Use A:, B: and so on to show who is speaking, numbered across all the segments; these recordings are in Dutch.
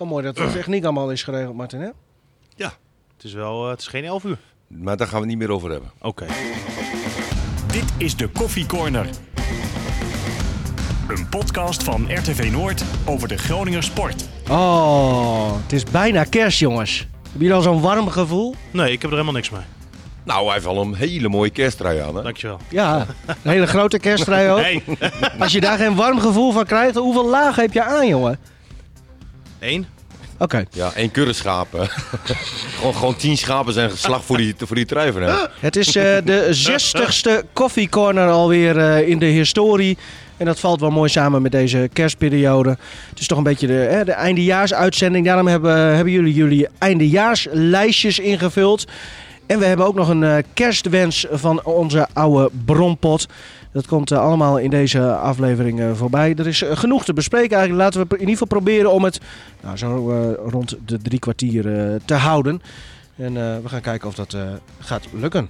A: Wel mooi dat de techniek allemaal is geregeld, Martin, hè?
B: Ja, het is geen 11 uur.
C: Maar daar gaan we het niet meer over hebben.
B: Oké.
D: Dit is de Koffie Corner. Een podcast van RTV Noord over de Groninger sport.
A: Oh, het is bijna kerst, jongens. Hebben jullie al zo'n warm gevoel?
B: Nee, ik heb er helemaal niks mee.
C: Nou, hij heeft al een hele mooie kersttrui aan, hè?
B: Dankjewel.
A: Ja, een hele grote kersttrui ook.
B: Hey.
A: Als je daar geen warm gevoel van krijgt, hoeveel lagen heb je aan, jongen?
B: 1.
A: Oké.
C: Ja, 1 kudde schapen. gewoon 10 schapen zijn geslacht voor die trui van hem.
A: Het is de 60ste Koffie Corner alweer in de historie. En dat valt wel mooi samen met deze kerstperiode. Het is toch een beetje de eindejaarsuitzending. Daarom hebben jullie eindejaarslijstjes ingevuld. En we hebben ook nog een kerstwens van onze oude bronpot. Dat komt allemaal in deze aflevering voorbij. Er is genoeg te bespreken eigenlijk. Laten we in ieder geval proberen om het zo rond de 3 kwartier te houden. En we gaan kijken of dat gaat lukken.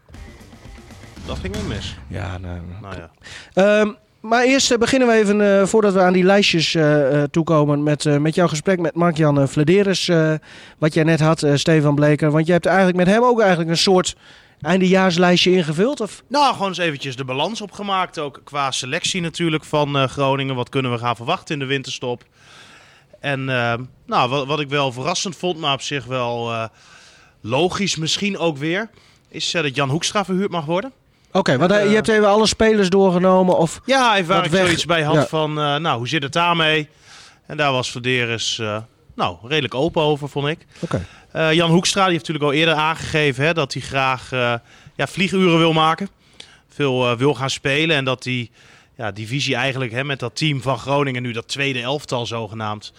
B: Dat ging wel mis.
A: Ja,
B: Nou ja.
A: Maar eerst beginnen we even, voordat we aan die lijstjes toekomen, met jouw gesprek met Mark-Jan Vladeres. Wat jij net had, Stefan Bleker. Want jij hebt eigenlijk met hem ook eigenlijk een soort eindejaarslijstje ingevuld? Of?
B: Nou, gewoon eens eventjes de balans opgemaakt. Ook qua selectie natuurlijk van Groningen. Wat kunnen we gaan verwachten in de winterstop? En wat ik wel verrassend vond, maar op zich wel logisch misschien ook weer, is dat Jan Hoekstra verhuurd mag worden.
A: Oké, want je hebt even alle spelers doorgenomen? Of
B: ja, even waar ik
A: weg...
B: zoiets bij had
A: ja.
B: van, hoe zit het daarmee? En daar was Vladeres redelijk open over, vond ik.
A: Oké.
B: Jan Hoekstra die heeft natuurlijk al eerder aangegeven dat hij graag vlieguren wil maken. Veel wil gaan spelen en dat die visie eigenlijk met dat team van Groningen, nu dat tweede elftal zogenaamd,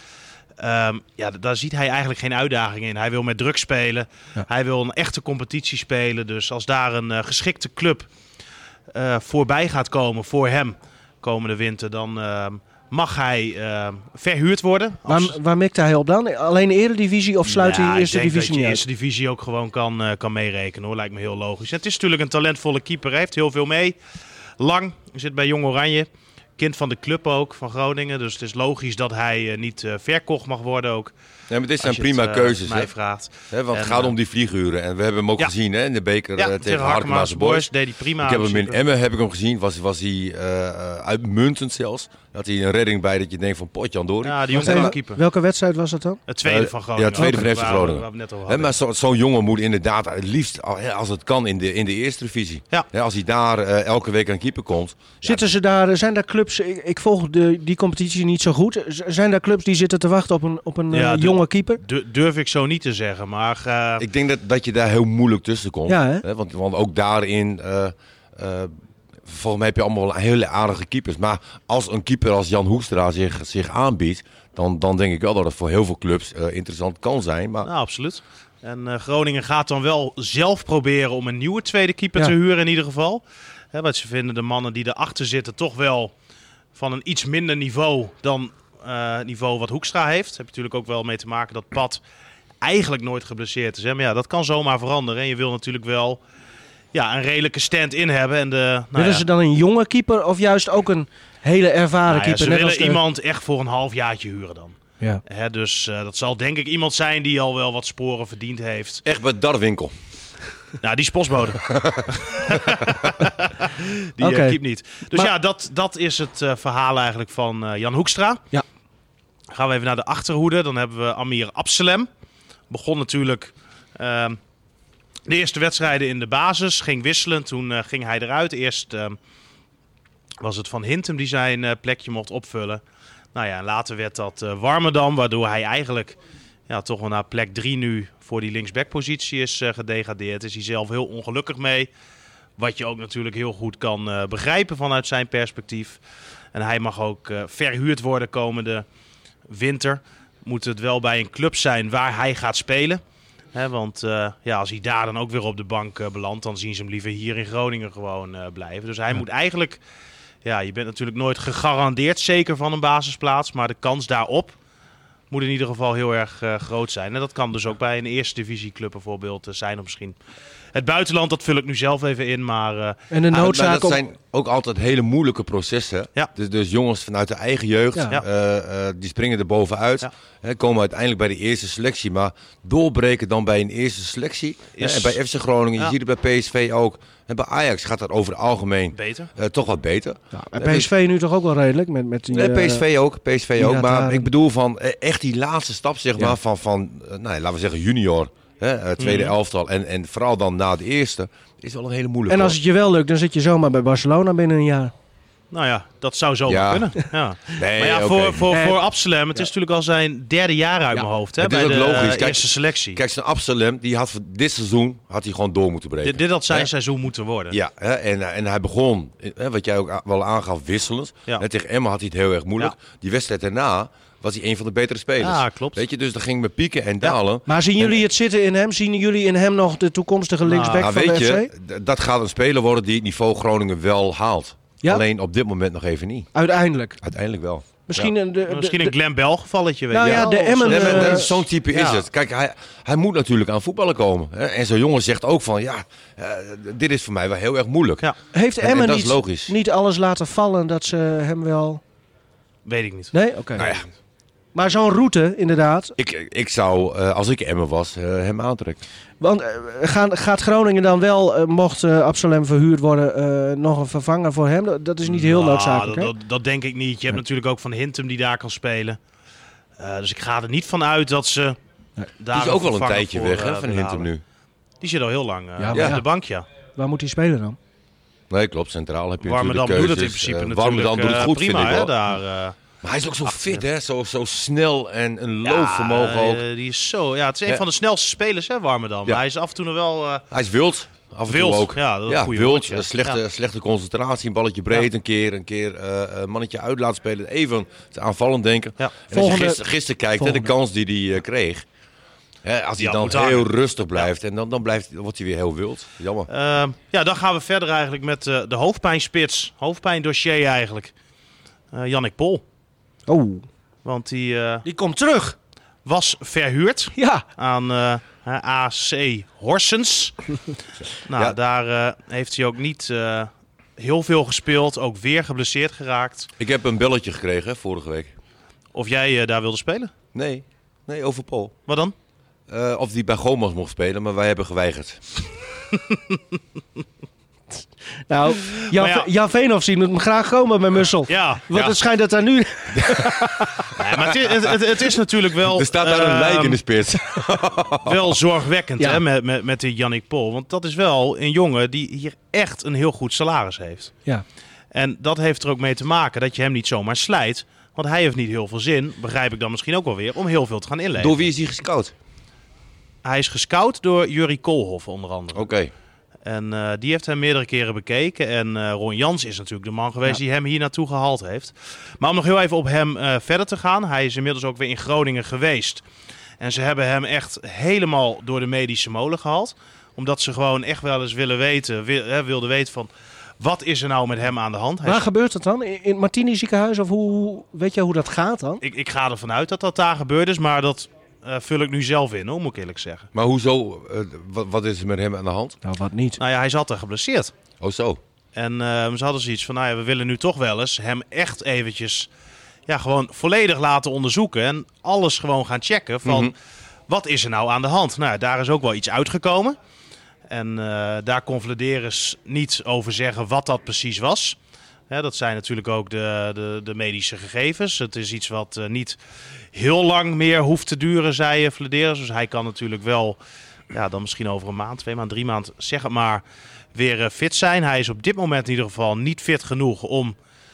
B: daar ziet hij eigenlijk geen uitdaging in. Hij wil met druk spelen. Ja. Hij wil een echte competitie spelen. Dus als daar een geschikte club voorbij gaat komen voor hem komende winter, dan mag hij verhuurd worden.
A: Waar mikte hij op dan? Alleen de Eredivisie of sluit hij de Eerste Divisie niet uit?
B: Ik denk dat je Eerste Divisie ook gewoon kan meerekenen, hoor. Lijkt me heel logisch. En het is natuurlijk een talentvolle keeper. Hij heeft heel veel mee. Lang. Zit bij Jong Oranje. Kind van de club ook, van Groningen. Dus het is logisch dat hij niet verkocht mag worden ook.
C: Ja, maar dit zijn prima keuzes.
B: Mij vraagt.
C: Want het gaat om die vlieguren. En we hebben hem ook gezien in de beker tegen Harkema's Boys.
B: Deed hij prima.
C: Ik heb hem in Emmen gezien. Was hij uitmuntend zelfs. Had hij een redding bij dat je denkt van Potjandori.
B: Ja, die jongen keeper.
A: Welke wedstrijd was dat dan?
B: Het tweede van Groningen.
C: Ja, het tweede van FC Groningen. Maar zo'n jongen moet inderdaad het liefst, als het kan, in de Eerste Divisie.
B: Ja.
C: Als hij daar elke week aan keeper komt.
A: Zijn daar clubs, ik volg die competitie niet zo goed. Zijn daar clubs die zitten te wachten op een jonge keeper?
B: Durf ik zo niet te zeggen, maar...
C: Ik denk dat je daar heel moeilijk tussen komt.
A: Ja, hè?
C: Want ook daarin... volgens mij heb je allemaal wel hele aardige keepers. Maar als een keeper als Jan Hoekstra zich aanbiedt, dan denk ik wel dat het voor heel veel clubs interessant kan zijn. Maar...
B: Nou, absoluut. En Groningen gaat dan wel zelf proberen om een nieuwe tweede keeper te huren in ieder geval. Want ze vinden de mannen die erachter zitten toch wel van een iets minder niveau dan niveau wat Hoekstra heeft. Daar heb je natuurlijk ook wel mee te maken dat Pat eigenlijk nooit geblesseerd is. Hè? Maar ja, dat kan zomaar veranderen. En je wil natuurlijk wel een redelijke stand-in hebben. En
A: willen ze dan een jonge keeper of juist ook een hele ervaren keeper?
B: Ze willen iemand echt voor een halfjaartje huren dan.
A: Ja.
B: Dus dat zal denk ik iemand zijn die al wel wat sporen verdiend heeft.
C: Echt bij Darwinkel.
B: Nou, die is postbode. Die keept niet. Dus dat is het verhaal eigenlijk van Jan Hoekstra.
A: Ja.
B: Gaan we even naar de achterhoede. Dan hebben we Amir Absalem. Begon natuurlijk de eerste wedstrijden in de basis. Ging wisselend. Toen ging hij eruit. Eerst was het Van Hintem die zijn plekje mocht opvullen. Nou ja, en later werd dat Warmerdam. Waardoor hij eigenlijk toch wel naar plek 3 nu voor die linksbackpositie is gedegradeerd. Is hij zelf heel ongelukkig mee. Wat je ook natuurlijk heel goed kan begrijpen vanuit zijn perspectief. En hij mag ook verhuurd worden komende winter. Moet het wel bij een club zijn waar hij gaat spelen. Want als hij daar dan ook weer op de bank belandt, dan zien ze hem liever hier in Groningen gewoon blijven. Dus hij moet eigenlijk... Ja, je bent natuurlijk nooit gegarandeerd zeker van een basisplaats. Maar de kans daarop moet in ieder geval heel erg groot zijn. En dat kan dus ook bij een eerste divisieclub bijvoorbeeld zijn. Of misschien Het buitenland, dat vul ik nu zelf even in, maar...
A: En de
C: Maar
A: noodzaak
C: dat zijn ook altijd hele moeilijke processen.
B: Ja.
C: Dus jongens vanuit de eigen jeugd, die springen er bovenuit.
B: Ja.
C: Komen uiteindelijk bij de eerste selectie. Maar doorbreken dan bij een eerste selectie. En bij FC Groningen, je ziet het bij PSV ook. En bij Ajax gaat dat over het algemeen
B: Beter.
C: toch wat beter.
A: En PSV nu toch ook wel redelijk met die...
C: PSV ook. Maar
A: Haring.
C: ik bedoel van echt die laatste stap, zeg maar, van laten we zeggen junior. Tweede elftal en vooral dan na de eerste. Is wel een hele moeilijke.
A: En als het je wel lukt, dan zit je zomaar bij Barcelona binnen een jaar.
B: Nou ja, dat zou zo
C: Ja.
B: kunnen. Ja.
C: Nee,
B: Maar ja,
C: oké.
B: voor Absalem, het is natuurlijk al zijn derde jaar uit mijn hoofd. Hè,
C: Het is
B: bij
C: ook
B: de
C: logisch. Kijk,
B: eerste selectie.
C: Kijk, zijn Absalem, die had voor dit seizoen gewoon door moeten breken.
B: Dit had zijn seizoen moeten worden.
C: Ja, en hij begon, wat jij ook wel aangaf, wisselend.
B: Ja.
C: Tegen Emma had hij het heel erg moeilijk.
B: Ja.
C: Die wedstrijd daarna was hij een van de betere spelers.
B: Ja, klopt.
C: Weet je, dus dan ging met pieken en dalen.
A: Maar zien jullie het zitten in hem? Zien jullie in hem nog de toekomstige linksback
C: Nou,
A: van de
C: weet
A: FC?
C: je, dat gaat een speler worden die het niveau Groningen wel haalt.
A: Ja?
C: Alleen op dit moment nog even niet.
A: Uiteindelijk.
C: Uiteindelijk wel.
A: Misschien
B: Misschien een Glenn Bell gevalletje. Weet
A: Nou
B: je
A: ja,
B: wel.
A: de Emmen-
C: Nee, maar zo'n type is
B: ja.
C: het. Kijk, hij moet natuurlijk aan voetballen komen. Hè? En zo'n jongen zegt ook van, dit is voor mij wel heel erg moeilijk.
B: Ja,
A: heeft
C: En
A: Emmen
C: dat is logisch.
A: niet alles laten vallen dat ze hem wel...
B: weet ik niet.
A: Nee? Oké.
C: Nou ja,
A: Maar zo'n route, inderdaad.
C: ik zou, als ik Emmen was, hem aantrekken.
A: Want gaat Groningen dan wel, mocht Absalem verhuurd worden, nog een vervanger voor hem? Dat is niet heel
B: Nou,
A: noodzakelijk, hè?
B: dat denk ik niet. Je hebt natuurlijk ook Van Hintem die daar kan spelen. Dus ik ga er niet van uit dat ze daar
C: Die is ook wel een
B: vervanger
C: tijdje
B: voor,
C: weg, hè, van
B: willen
C: Hintem
B: halen.
C: nu.
B: Die zit al heel lang
A: Ja,
B: op
A: maar
B: de bank, ja.
A: Waar moet hij spelen dan?
C: Nee, klopt. Centraal heb je
B: Warmerdam
C: natuurlijk
B: doet het in
C: keuzes.
B: principe natuurlijk
C: Warmerdam doet het goed,
B: prima,
C: vind ik
B: hè,
C: wel.
B: daar...
C: Maar hij is ook zo fit, hè? Zo snel en een loopvermogen ook.
B: Die is zo... Ja, het is een van de snelste spelers, hè, Warmerdam.
C: Ja.
B: Hij is af en toe nog wel...
C: Hij is wild. Af en
B: Wild,
C: toe ook.
B: ja, dat is een goede
C: wild.
B: woord, ja.
C: Slechte concentratie. Een balletje breed. Een keer een mannetje uit laten spelen. Even te aanvallend denken.
B: Ja.
C: En als je gisteren kijkt, hè, de
A: Volgende.
C: kans die hij kreeg. Hè, als hij
B: Ja,
C: dan
B: moet
C: heel
B: hangen.
C: rustig blijft. En dan wordt hij weer heel wild. Jammer.
B: Ja, dan gaan we verder eigenlijk met de hoofdpijnspits. Hoofdpijndossier eigenlijk. Jannik Pol.
A: Oh,
B: Want die
A: die komt terug.
B: was verhuurd
A: Ja.
B: aan AC Horsens. Nou,
C: Ja.
B: daar heeft hij ook niet heel veel gespeeld. Ook weer geblesseerd geraakt.
C: Ik heb een belletje gekregen vorige week.
B: Of jij daar wilde spelen?
C: Nee, over Paul.
B: Wat dan?
C: Of die bij Gomas mocht spelen, maar wij hebben geweigerd.
A: Nou, Jan Veenhoff zien moet hem graag komen bij Mussel.
B: Ja,
A: Want
B: ja.
A: het schijnt dat daar nu...
B: Nee, maar het is natuurlijk wel...
C: Er staat daar een lijk in de spits.
B: Wel zorgwekkend,
A: Ja.
B: hè, met die Jannik Pol. Want dat is wel een jongen die hier echt een heel goed salaris heeft.
A: Ja.
B: En dat heeft er ook mee te maken dat je hem niet zomaar slijt. Want hij heeft niet heel veel zin, begrijp ik dan misschien ook wel weer, om heel veel te gaan inleveren.
C: Door wie is hij gescout?
B: Hij is gescout door Jurrie Koolhof onder andere.
C: Oké.
B: En die heeft hem meerdere keren bekeken. En Ron Jans is natuurlijk de man geweest die hem hier naartoe gehaald heeft. Maar om nog heel even op hem verder te gaan. Hij is inmiddels ook weer in Groningen geweest. En ze hebben hem echt helemaal door de medische molen gehaald. Omdat ze gewoon echt wel eens wilden weten van... Wat is er nou met hem aan de hand?
A: Waar gebeurt het dan? In het Martini ziekenhuis? Of weet je hoe dat gaat dan?
B: Ik ga ervan uit dat dat daar gebeurd is. Maar dat vul ik nu zelf in, hoor, moet ik eerlijk zeggen.
C: Maar hoezo? Wat is er met hem aan de hand?
A: Nou, wat niet.
B: Nou ja, hij zat er geblesseerd.
C: Oh zo.
B: En ze hadden zoiets van, nou ja, we willen nu toch wel eens hem echt eventjes gewoon volledig laten onderzoeken. En alles gewoon gaan checken van, wat is er nou aan de hand? Nou, daar is ook wel iets uitgekomen. En daar kon Vladeris niet over zeggen wat dat precies was. Dat zijn natuurlijk ook de medische gegevens. Het is iets wat niet heel lang meer hoeft te duren, zei Vladeris. Dus hij kan natuurlijk wel, dan misschien over een maand, 2 maanden, 3 maanden, zeg het maar, weer fit zijn. Hij is op dit moment in ieder geval niet fit genoeg om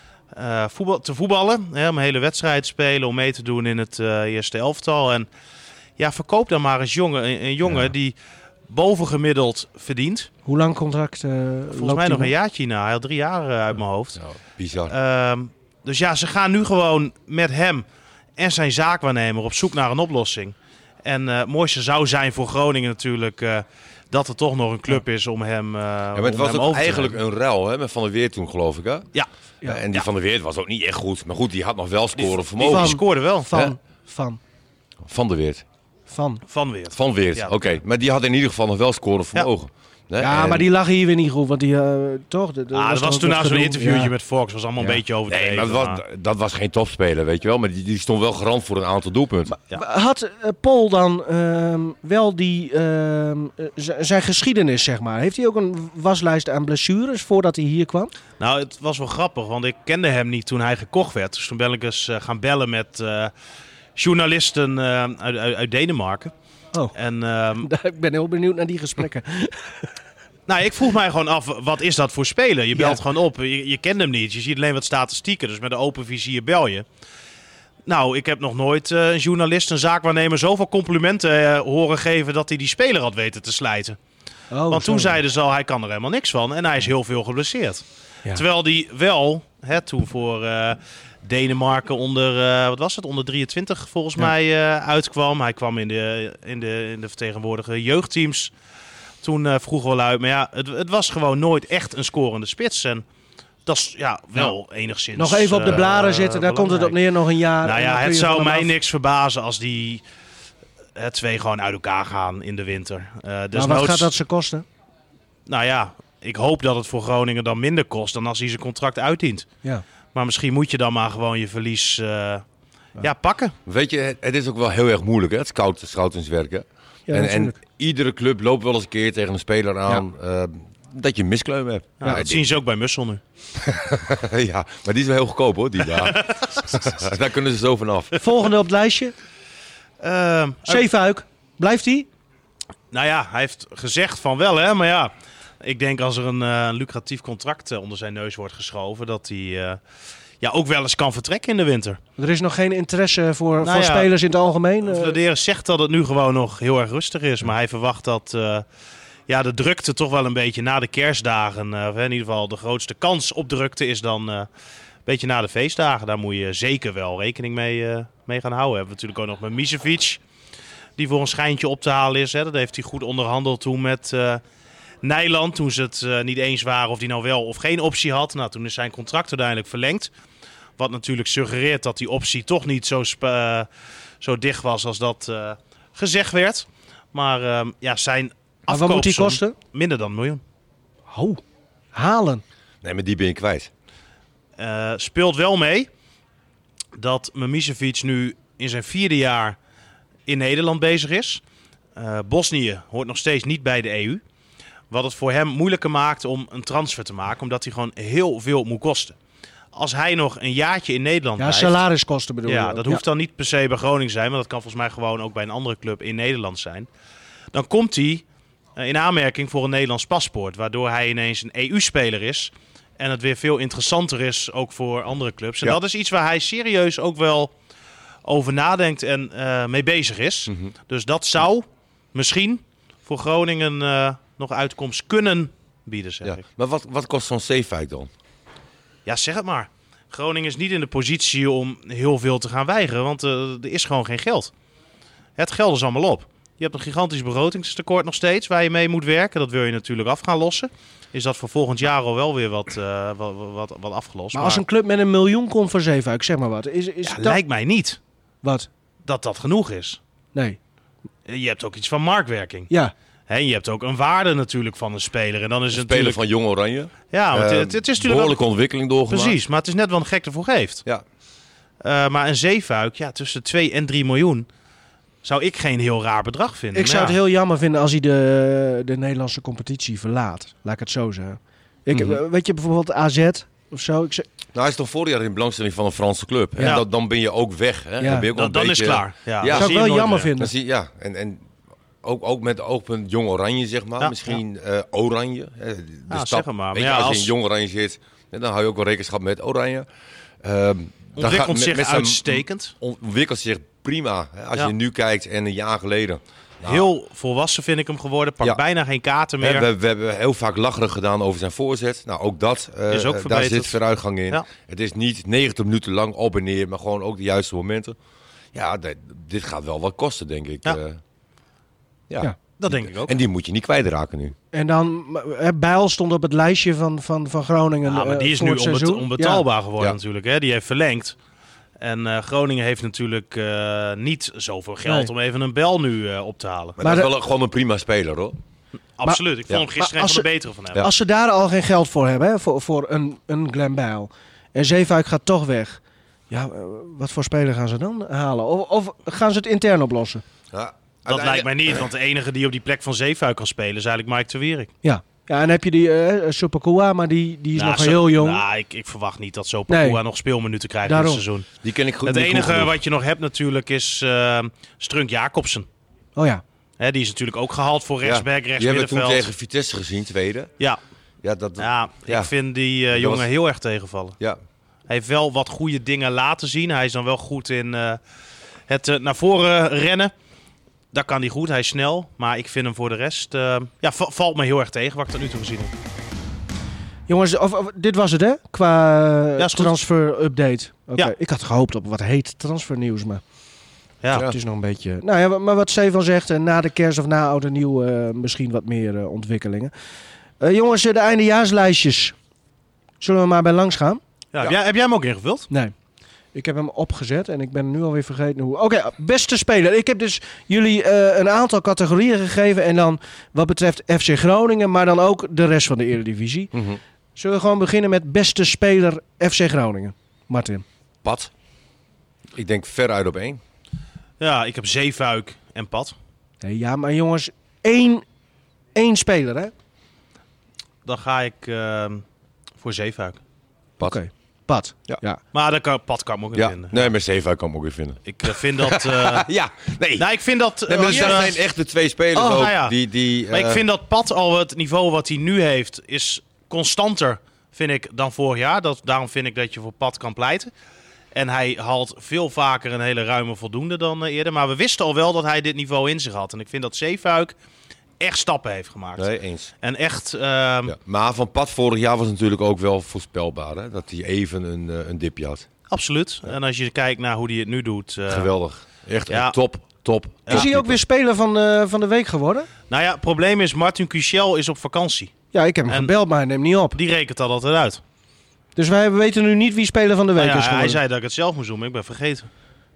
B: te voetballen. Om een hele wedstrijd te spelen, om mee te doen in het eerste elftal. En verkoop dan maar eens een jongen die bovengemiddeld verdient.
A: Hoe lang contract
B: Volgens mij nog een jaartje na. Hij had 3 jaar uit mijn hoofd.
C: Nou, bizar.
B: Dus ze gaan nu gewoon met hem en zijn zaakwaarnemer op zoek naar een oplossing. En het mooiste zou zijn voor Groningen natuurlijk dat er toch nog een club is om hem
C: maar het was ook eigenlijk een ruil, hè, met Van der Weert toen, geloof ik, hè?
B: Ja.
C: En die Van der Weert was ook niet echt goed. Maar goed, die had nog wel scoren
B: Die
C: vermogen.
B: scoorde wel.
A: Van.
C: Van der Weert.
B: Van Weert.
C: Van Weert,
B: Ja.
C: oké. Maar die had in ieder geval nog wel scorend vermogen. Nee,
A: Ja,
C: en-
A: maar die lag hier weer niet goed. Want die, toch?
B: Dat
A: toch
B: was
A: ook
B: toen
A: wat
B: na zo'n
A: gedoe.
B: interviewtje
A: Ja.
B: met Fox. Was allemaal een beetje overdreven.
C: Nee, maar dat was geen topspeler, weet je wel. Maar die stond wel garant voor een aantal doelpunten.
B: Ja.
A: Had Paul dan wel die zijn geschiedenis, zeg maar? Heeft hij ook een waslijst aan blessures voordat hij hier kwam?
B: Nou, het was wel grappig, want ik kende hem niet toen hij gekocht werd. Dus toen ben ik eens gaan bellen met journalisten uit Denemarken.
A: Oh,
B: En
A: ik ben heel benieuwd naar die gesprekken.
B: nou, ik vroeg mij gewoon af, wat is dat voor speler? Je belt
A: Ja.
B: gewoon op, je kent hem niet. Je ziet alleen wat statistieken, dus met een open vizier bel je. Nou, ik heb nog nooit een journalist, een zaakwaarnemer zoveel complimenten horen geven dat hij die speler had weten te slijten.
A: Oh,
B: Want toen
A: zo.
B: zeiden ze al, hij kan er helemaal niks van. En hij is heel veel geblesseerd.
A: Ja.
B: Terwijl hij wel, toen voor Denemarken onder 23 volgens mij uitkwam. Hij kwam in de vertegenwoordigde jeugdteams toen vroeger wel uit. Maar ja, het was gewoon nooit echt een scorende spits. En dat is wel enigszins
A: Nog even op de blaren zitten, daar komt het op neer nog een jaar.
B: Nou
A: en dan
B: ja,
A: kun
B: het
A: je
B: zou
A: van hem
B: mij
A: af.
B: niks verbazen als die twee gewoon uit elkaar gaan in de winter.
A: Maar
B: Desnoods-
A: wat gaat dat ze kosten?
B: Nou ja, ik hoop dat het voor Groningen dan minder kost dan als hij zijn contract uitdient.
A: Ja.
B: Maar misschien moet je dan maar gewoon je verlies pakken.
C: Weet je, het is ook wel heel erg moeilijk, hè, het scoutingswerk. Hè?
A: Ja,
C: en
A: natuurlijk.
C: iedere club loopt wel eens een keer tegen een speler aan dat je een miskleum hebt.
B: Ja, dat zien ze ook bij Mussel nu.
C: Ja, maar die is wel heel goedkoop hoor, die daar. Daar kunnen ze zo vanaf.
A: Volgende op het lijstje. Zeefuik. Blijft hij?
B: Nou ja, hij heeft gezegd van wel, hè. Maar ja, ik denk als er een lucratief contract onder zijn neus wordt geschoven, dat hij ook wel eens kan vertrekken in de winter.
A: Er is nog geen interesse voor
B: Nou ja,
A: spelers in het algemeen.
B: Vladeren zegt dat het nu gewoon nog heel erg rustig is. Maar hij verwacht dat de drukte toch wel een beetje na de kerstdagen... in ieder geval de grootste kans op drukte is dan een beetje na de feestdagen. Daar moet je zeker wel rekening mee gaan houden. We hebben natuurlijk ook nog met Misevic, die voor een schijntje op te halen is. Hè. Dat heeft hij goed onderhandeld toen met Nijland. Toen ze het niet eens waren of hij nou wel of geen optie had. Nou, toen is zijn contract uiteindelijk verlengd. Wat natuurlijk suggereert dat die optie toch niet zo dicht was als dat gezegd werd. Maar zijn
A: Maar wat moet die
B: afkoopsom
A: kosten?
B: minder dan $1 miljoen.
A: Oh, halen.
C: Nee, maar die ben je kwijt.
B: Speelt wel mee dat Mimicevic nu in zijn 4e jaar in Nederland bezig is. Bosnië hoort nog steeds niet bij de EU. Wat het voor hem moeilijker maakt om een transfer te maken. Omdat hij gewoon heel veel moet kosten. Als hij nog een jaartje in Nederland
A: Ja,
B: blijft...
A: salariskosten bedoel je.
B: Ja, dat hoeft dan niet per se bij Groningen zijn. Maar dat kan volgens mij gewoon ook bij een andere club in Nederland zijn. Dan komt hij in aanmerking voor een Nederlands paspoort. Waardoor hij ineens een EU-speler is. En het weer veel interessanter is ook voor andere clubs. En dat is iets waar hij serieus ook wel over nadenkt en mee bezig is.
C: Mhm.
B: Dus dat zou misschien voor Groningen nog uitkomst kunnen bieden, zeg
C: Ja.
B: ik.
C: Maar wat kost zo'n Zeefuik dan?
B: Ja, zeg het maar. Groningen is niet in de positie om heel veel te gaan weigeren, want er is gewoon geen geld. Het geld is allemaal op. Je hebt een gigantisch begrotingstekort nog steeds waar je mee moet werken. Dat wil je natuurlijk af gaan lossen. Is dat voor volgend jaar al wel weer wat afgelost.
A: Maar als een club met $1 miljoen komt voor Zeefuik, zeg maar wat. Is dat...
B: lijkt mij niet
A: Wat?
B: dat genoeg is.
A: Nee.
B: Je hebt ook iets van marktwerking.
A: Ja.
B: Hè, je hebt ook een waarde natuurlijk van een speler. En dan is het
C: Speler
B: natuurlijk...
C: van Jong Oranje.
B: Ja, maar het is natuurlijk wel...
C: Behoorlijke ontwikkeling doorgemaakt.
B: Precies, maar het is net wat een gek ervoor geeft.
C: Ja.
B: Maar een Zeefuik, tussen 2 en 3 miljoen... zou ik geen heel raar bedrag vinden.
A: Ik zou het heel jammer vinden als hij de Nederlandse competitie verlaat. Laat ik het zo zeggen. Weet je bijvoorbeeld AZ of zo?
C: Nou, hij is toch vorig jaar in belangstelling van een Franse club.
B: Ja.
C: En dan ben je ook weg. Hè?
A: Ja.
C: Dan ben je ook wel
B: Dan
C: een
B: is
C: beetje,
B: het klaar. Ja,
C: Ja.
A: Dat zou ik wel jammer vinden.
C: Dan zie je, ja, en ook met oogpunt Jong Oranje, zeg maar.
B: Ja,
C: Misschien Oranje. Hè, de stap.
B: zeg het maar.
C: Weet
B: Maar
C: je,
B: ja,
C: als je
B: als-
C: in Jong Oranje zit, dan hou je ook wel rekenschap met Oranje.
B: Ontwikkelt zich
C: zijn-
B: uitstekend.
C: Ontwikkelt zich prima. Hè, als
B: Ja.
C: je nu kijkt en een jaar geleden. Nou,
B: Heel volwassen vind ik hem geworden. Pakt
C: Ja.
B: bijna geen kaarten
C: hè,
B: meer.
C: we hebben heel vaak lacherig gedaan over zijn voorzet. Nou, ook dat.
B: Is ook
C: daar
B: verbeterd.
C: zit vooruitgang in.
B: Ja.
C: Het is niet 90 minuten lang op en neer, maar gewoon ook de juiste momenten. Ja, dit gaat wel wat kosten, denk ik.
B: Ja.
C: Ja.
A: Ja.
B: Dat denk ik ook.
C: En die moet je niet kwijtraken nu.
A: En dan, Bijl stond op het lijstje van Groningen
B: Ja, maar die is
A: voor
B: nu
A: het seizoen.
B: onbetaalbaar geworden
C: Ja.
B: natuurlijk. Hè? Die heeft verlengd. En Groningen heeft natuurlijk niet zoveel geld om even een Bel nu op te halen.
C: Maar dat is wel gewoon een prima speler, hoor.
B: Absoluut. Ik vond hem gisteren een van de betere van hem.
C: Ja.
A: Als ze daar al geen geld voor hebben, hè, voor een Glenn Bijl. En Zeefuik gaat toch weg. Ja, wat voor speler gaan ze dan halen? Of gaan ze het intern oplossen?
C: Ja,
B: Dat lijkt mij niet, want de enige die op die plek van Zeefuik kan spelen is eigenlijk Mike de Wierik.
A: Ja. Ja, en dan heb je die Supakua, maar die is nog heel jong.
B: Nou, ik verwacht niet dat Supakua nog speelminuten krijgt dit seizoen.
C: Die ken ik goed.
B: Het enige wat je nog hebt natuurlijk is Strunk Jacobsen.
A: Oh ja.
B: Die is natuurlijk ook gehaald voor rechtsback,
C: Die hebben we
B: rechtsmiddenveld.
C: toen tegen Vitesse gezien, tweede.
B: Ja.
C: Ja,
B: Ik vind die jongen heel erg tegenvallen.
C: Ja.
B: Hij heeft wel wat goede dingen laten zien. Hij is dan wel goed in het naar voren rennen. Dat kan hij goed, hij is snel. Maar ik vind hem voor de rest... valt me heel erg tegen wat ik tot nu toe gezien heb.
A: Jongens, dit was het hè? Qua
B: is goed.
A: transfer-update. Oké.
B: Ja.
A: Ik had gehoopt op wat heet transfernieuws, maar
B: Ja.
A: het is nog een beetje... Nou ja, maar wat Stefan zegt, na de kerst of na oud en nieuw misschien wat meer ontwikkelingen. Jongens, de eindejaarslijstjes. Zullen we maar bij langs gaan?
B: Ja. Heb jij hem ook ingevuld?
A: Nee. Ik heb hem opgezet en ik ben nu alweer vergeten hoe... Oké, beste speler. Ik heb dus jullie een aantal categorieën gegeven. En dan wat betreft FC Groningen, maar dan ook de rest van de Eredivisie.
C: Mm-hmm.
A: Zullen we gewoon beginnen met beste speler FC Groningen? Martin.
C: Pat. Ik denk veruit op 1.
B: Ja, ik heb Zeefuik en Pat.
A: Nee, ja, maar jongens, één speler hè?
B: Dan ga ik voor Zeefuik.
C: Pat.
A: Oké. Pat.
C: Ja.
B: Maar Pat kan ik me ook in
C: Ja,
B: vinden.
C: nee, met Zeefuik kan ik hem ook weer vinden.
B: Ik vind dat...
C: Ja, nee.
B: nou, ik vind dat...
C: Nee, maar er zijn echt de twee spelers ook.
B: ja.
C: Maar
B: ik vind dat Pat al het niveau wat hij nu heeft, is constanter, vind ik, dan vorig jaar. Daarom vind ik dat je voor Pat kan pleiten. En hij haalt veel vaker een hele ruime voldoende dan eerder. Maar we wisten al wel dat hij dit niveau in zich had. En ik vind dat Zeefuik echt stappen heeft gemaakt.
C: Nee, eens.
B: En echt...
C: Ja. Maar van Pat vorig jaar was natuurlijk ook wel voorspelbaar. Hè? Dat hij even een dipje had.
B: Absoluut. Ja. En als je kijkt naar hoe hij het nu doet...
C: Geweldig. Echt
B: ja.
C: top.
A: Is hij ook weer speler van de week geworden?
B: Nou ja, het probleem is, Martin Cuchel is op vakantie.
A: Ja, ik heb hem gebeld, maar hij neemt niet op.
B: Die rekent dat altijd uit.
A: Dus wij weten nu niet wie speler van de week is geworden.
B: Hij zei dat ik het zelf moest doen, maar ik ben vergeten.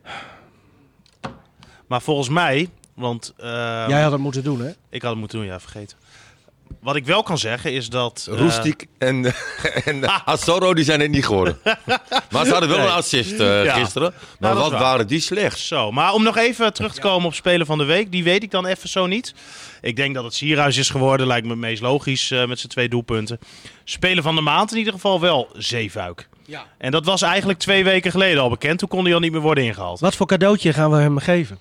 B: Maar volgens mij... Want,
A: jij had het moeten doen, hè?
B: Ik had het moeten doen, ja, vergeten. Wat ik wel kan zeggen is dat...
C: Roestic en Asoro, die zijn het niet geworden. Maar ze hadden wel een assist gisteren. Maar wat waren die slecht?
B: Zo, maar om nog even terug te komen op Speler van de Week. Die weet ik dan even zo niet. Ik denk dat het Sierhuis is geworden. Lijkt me het meest logisch met zijn 2 doelpunten. Speler van de maand in ieder geval wel Zeefuik. Ja. En dat was eigenlijk 2 weken geleden al bekend. Toen kon hij al niet meer worden ingehaald.
A: Wat voor cadeautje gaan we hem geven?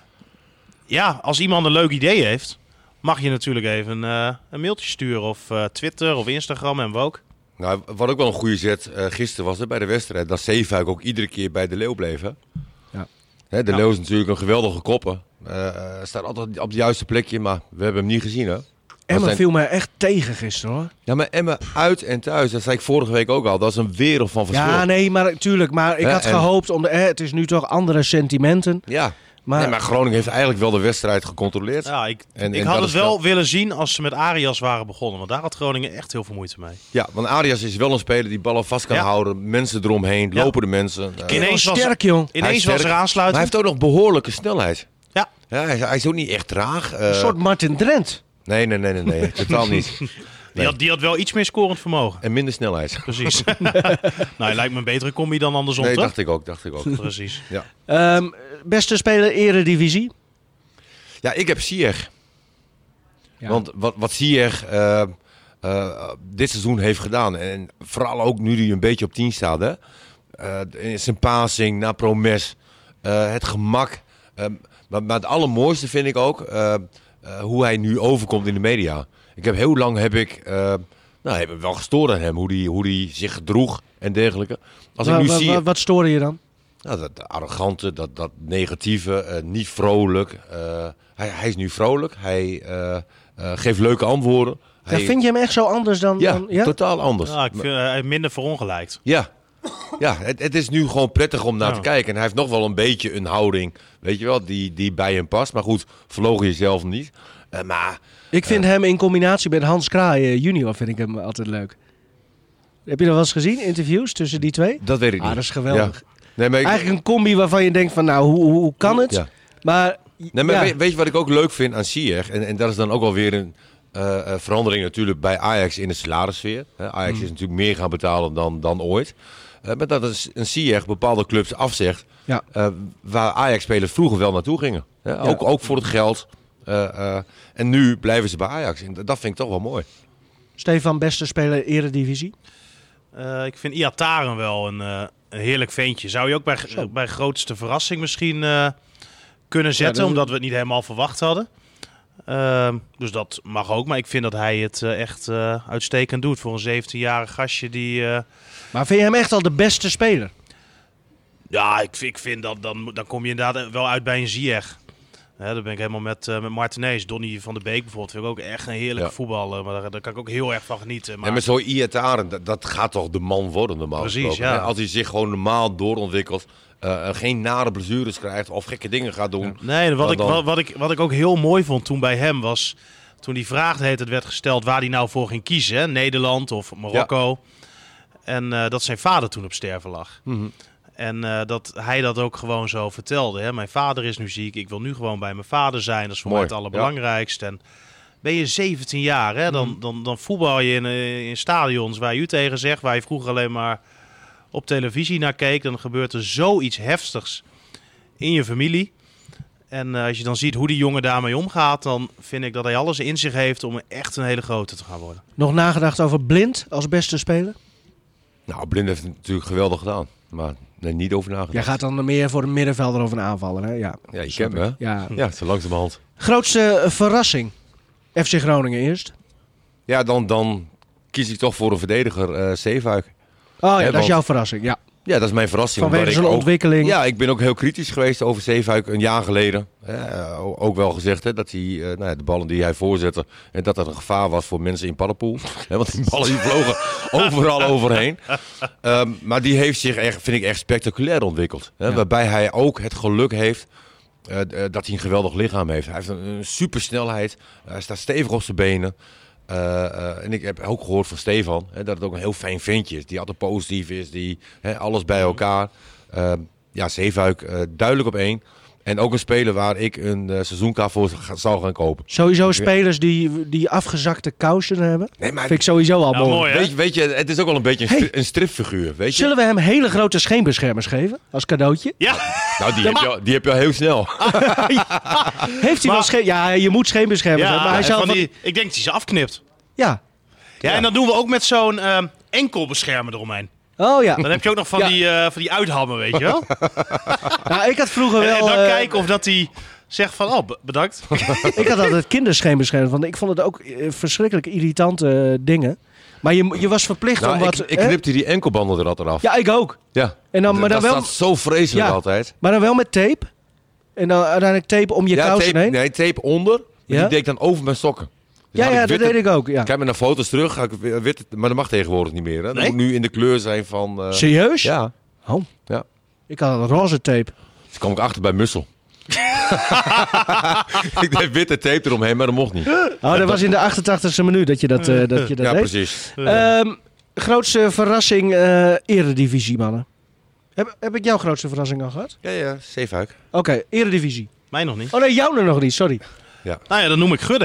B: Ja, als iemand een leuk idee heeft, mag je natuurlijk even een mailtje sturen. Of Twitter of Instagram en ook.
C: Nou, wat ook wel een goede zet gisteren was bij de wedstrijd. Dat Zeefuik ook iedere keer bij de Leeuw bleef. Hè?
A: Ja.
C: Hè, de Leeuw is natuurlijk een geweldige kopper. Staat altijd op het juiste plekje, maar we hebben hem niet gezien. Hè?
A: Emma viel mij echt tegen gisteren, hoor.
C: Ja, maar Emma uit en thuis, dat zei ik vorige week ook al. Dat is een wereld van verschil.
A: Ja, nee, maar tuurlijk. Maar ik had gehoopt, het is nu toch andere sentimenten.
C: Ja. Maar Groningen heeft eigenlijk wel de wedstrijd gecontroleerd.
B: Ja, ik had het wel willen zien als ze met Arias waren begonnen. Want daar had Groningen echt heel veel moeite mee.
C: Ja, want Arias is wel een speler die ballen vast kan houden. Mensen eromheen, lopen de mensen.
A: Ineens sterk, jong.
B: Ineens was er aansluiting.
C: Maar hij heeft ook nog behoorlijke snelheid.
B: Ja.
C: Hij is ook niet echt traag.
A: Een soort Martin Drent.
C: Nee, totaal niet.
B: Die had wel iets meer scorend vermogen.
C: En minder snelheid.
B: Precies. Nou, lijkt me een betere combi dan andersom,
C: Nee,
B: toch?
C: dacht ik ook.
B: Precies.
C: Ja.
A: Beste speler Eredivisie?
C: Ja, ik heb Ziyech. Ja. Want wat Ziyech dit seizoen heeft gedaan. En vooral ook nu hij een beetje op 10 staat. Hè? Zijn passing naar Promes. Het gemak. Maar het allermooiste vind ik ook hoe hij nu overkomt in de media. Ik heb heel lang heb ik wel gestoord aan hem. Hoe die zich gedroeg en dergelijke. Als ik nu zie,
A: wat stoorde je dan?
C: Nou, dat arrogante, dat negatieve, niet vrolijk. Hij is nu vrolijk. Hij geeft leuke antwoorden.
A: Vind je hem echt zo anders dan...
C: Ja, totaal anders.
B: Ja, ik vind hij minder verongelijkt.
C: Ja, het is nu gewoon prettig om naar te kijken. En hij heeft nog wel een beetje een houding, weet je wel, die bij hem past. Maar goed, verlogen jezelf niet.
A: Ik vind hem in combinatie met Hans Kraai junior vind ik hem altijd leuk. Heb je dat wel eens gezien, interviews tussen die twee?
C: Dat weet ik niet.
A: Dat is geweldig.
C: Nee, maar
A: Eigenlijk een combi waarvan je denkt van, nou, hoe kan het?
C: Ja.
A: Maar,
C: Nee, maar weet je wat ik ook leuk vind aan Ziyech? En dat is dan ook wel weer een verandering natuurlijk bij Ajax in de salarissfeer. Ajax is natuurlijk meer gaan betalen dan ooit. Maar dat is een Ziyech bepaalde clubs afzegt
A: Ja.
C: waar Ajax-spelers vroeger wel naartoe gingen. Ook voor het geld. En nu blijven ze bij Ajax. En dat vind ik toch wel mooi.
A: Stefan, beste speler Eredivisie?
B: Ik vind Iataren wel een heerlijk ventje. Zou je ook bij grootste verrassing misschien kunnen zetten, omdat we het niet helemaal verwacht hadden. Dus dat mag ook. Maar ik vind dat hij het echt uitstekend doet voor een 17-jarig gastje die...
A: Maar vind je hem echt al de beste speler?
B: Ja, ik vind dat dan kom je inderdaad wel uit bij een Ziyech. Daar ben ik helemaal met Martinez. Donny van de Beek bijvoorbeeld vind ik ook echt een heerlijke voetballer. Maar daar kan ik ook heel erg van genieten. Maar...
C: En met zo'n Iataren, dat gaat toch de man worden normaal
B: Precies,
C: gesproken.
B: ja.
C: Als hij zich gewoon normaal doorontwikkelt, geen nare blessures krijgt of gekke dingen gaat doen.
B: Nee, wat ik ook heel mooi vond toen bij hem was... Toen die vraag werd gesteld waar hij nou voor ging kiezen. Hè? Nederland of Marokko. Ja. En dat zijn vader toen op sterven lag.
C: Mm-hmm.
B: En dat hij dat ook gewoon zo vertelde. Hè? Mijn vader is nu ziek. Ik wil nu gewoon bij mijn vader zijn. Dat is voor mij het allerbelangrijkste. En ben je 17 jaar, hè? Dan voetbal je in stadions waar je u tegen zegt. Waar je vroeger alleen maar op televisie naar keek. Dan gebeurt er zoiets heftigs in je familie. En als je dan ziet hoe die jongen daarmee omgaat, dan vind ik dat hij alles in zich heeft om echt een hele grote te gaan worden.
A: Nog nagedacht over Blind als beste speler?
C: Nou, Blind heeft het natuurlijk geweldig gedaan. Maar nee, niet over nagedacht.
A: Jij gaat dan meer voor een middenvelder of een aanvaller, hè? Ja,
C: je kent me, hè? Ja, zo langzamerhand.
A: Grootste verrassing? FC Groningen eerst.
C: Ja, dan kies ik toch voor een verdediger, Zeefuik.
A: Oh ja, dat is jouw verrassing, ja.
C: Ja, dat is mijn verrassing.
A: Vanwege zijn ontwikkeling.
C: Ja, ik ben ook heel kritisch geweest over Zeefuik een jaar geleden. Ook wel gezegd dat hij, de ballen die hij voorzette, en dat een gevaar was voor mensen in Paddenpoel. Want die ballen die vlogen overal overheen. Maar die heeft zich vind ik echt spectaculair ontwikkeld. Ja. Waarbij hij ook het geluk heeft dat hij een geweldig lichaam heeft. Hij heeft een supersnelheid. Hij staat stevig op zijn benen. En ik heb ook gehoord van Stefan dat het ook een heel fijn ventje is. Die altijd positief is, die alles bij elkaar. Zeefuik duidelijk op 1. En ook een speler waar ik een seizoenkaart voor zou gaan kopen.
A: Sowieso spelers die afgezakte kousen hebben. Nee, maar vind ik sowieso al mooi.
C: Weet je, het is ook wel een beetje een stripfiguur. Weet je?
A: Zullen we hem hele grote scheenbeschermers geven als cadeautje?
B: Ja.
C: Nou, die heb je al heel snel.
A: Heeft hij wel Ja, je moet scheenbeschermers hebben. Maar hij
B: ik denk dat hij ze afknipt.
A: Ja.
B: Ja, en dat doen we ook met zo'n enkelbeschermer eromeen.
A: Oh ja.
B: Dan heb je ook nog van die uithammen, weet je wel.
A: Nou, ik had vroeger wel...
B: En dan kijken of dat hij zegt van, bedankt.
A: Ik had altijd kinderscheenbeschermers, want ik vond het ook verschrikkelijk irritante dingen. Maar je was verplicht om wat...
C: Ik knipte die enkelbanden er altijd af.
A: Ja, ik ook.
C: Ja.
A: En dan, maar
C: dat
A: dan wel,
C: staat zo vreselijk altijd.
A: Maar dan wel met tape. En dan uiteindelijk tape om je kousen heen.
C: Nee, tape onder. Die deed ik dan over mijn sokken. Dus
A: dat deed ik ook. Ja.
C: Kijk maar naar foto's terug. Ga ik maar dat mag tegenwoordig niet meer. Hè? Dat moet nu in de kleur zijn van...
A: Serieus?
C: Ja.
A: Oh.
C: Ja.
A: Ik had een roze tape.
C: Dus kwam ik achter bij Mussel. Ik deed witte tape eromheen, maar dat mocht niet.
A: Oh, dat was in de 88e minuut dat je dat deed.
C: Ja, precies.
A: Grootste verrassing Eredivisie, mannen. Heb ik jouw grootste verrassing al gehad?
C: Ja, Zeefuik.
A: Oké, Eredivisie.
B: Mij nog niet.
A: Oh nee, jou nog niet, sorry.
C: Ja.
B: Nou ja, dan noem ik Gudde.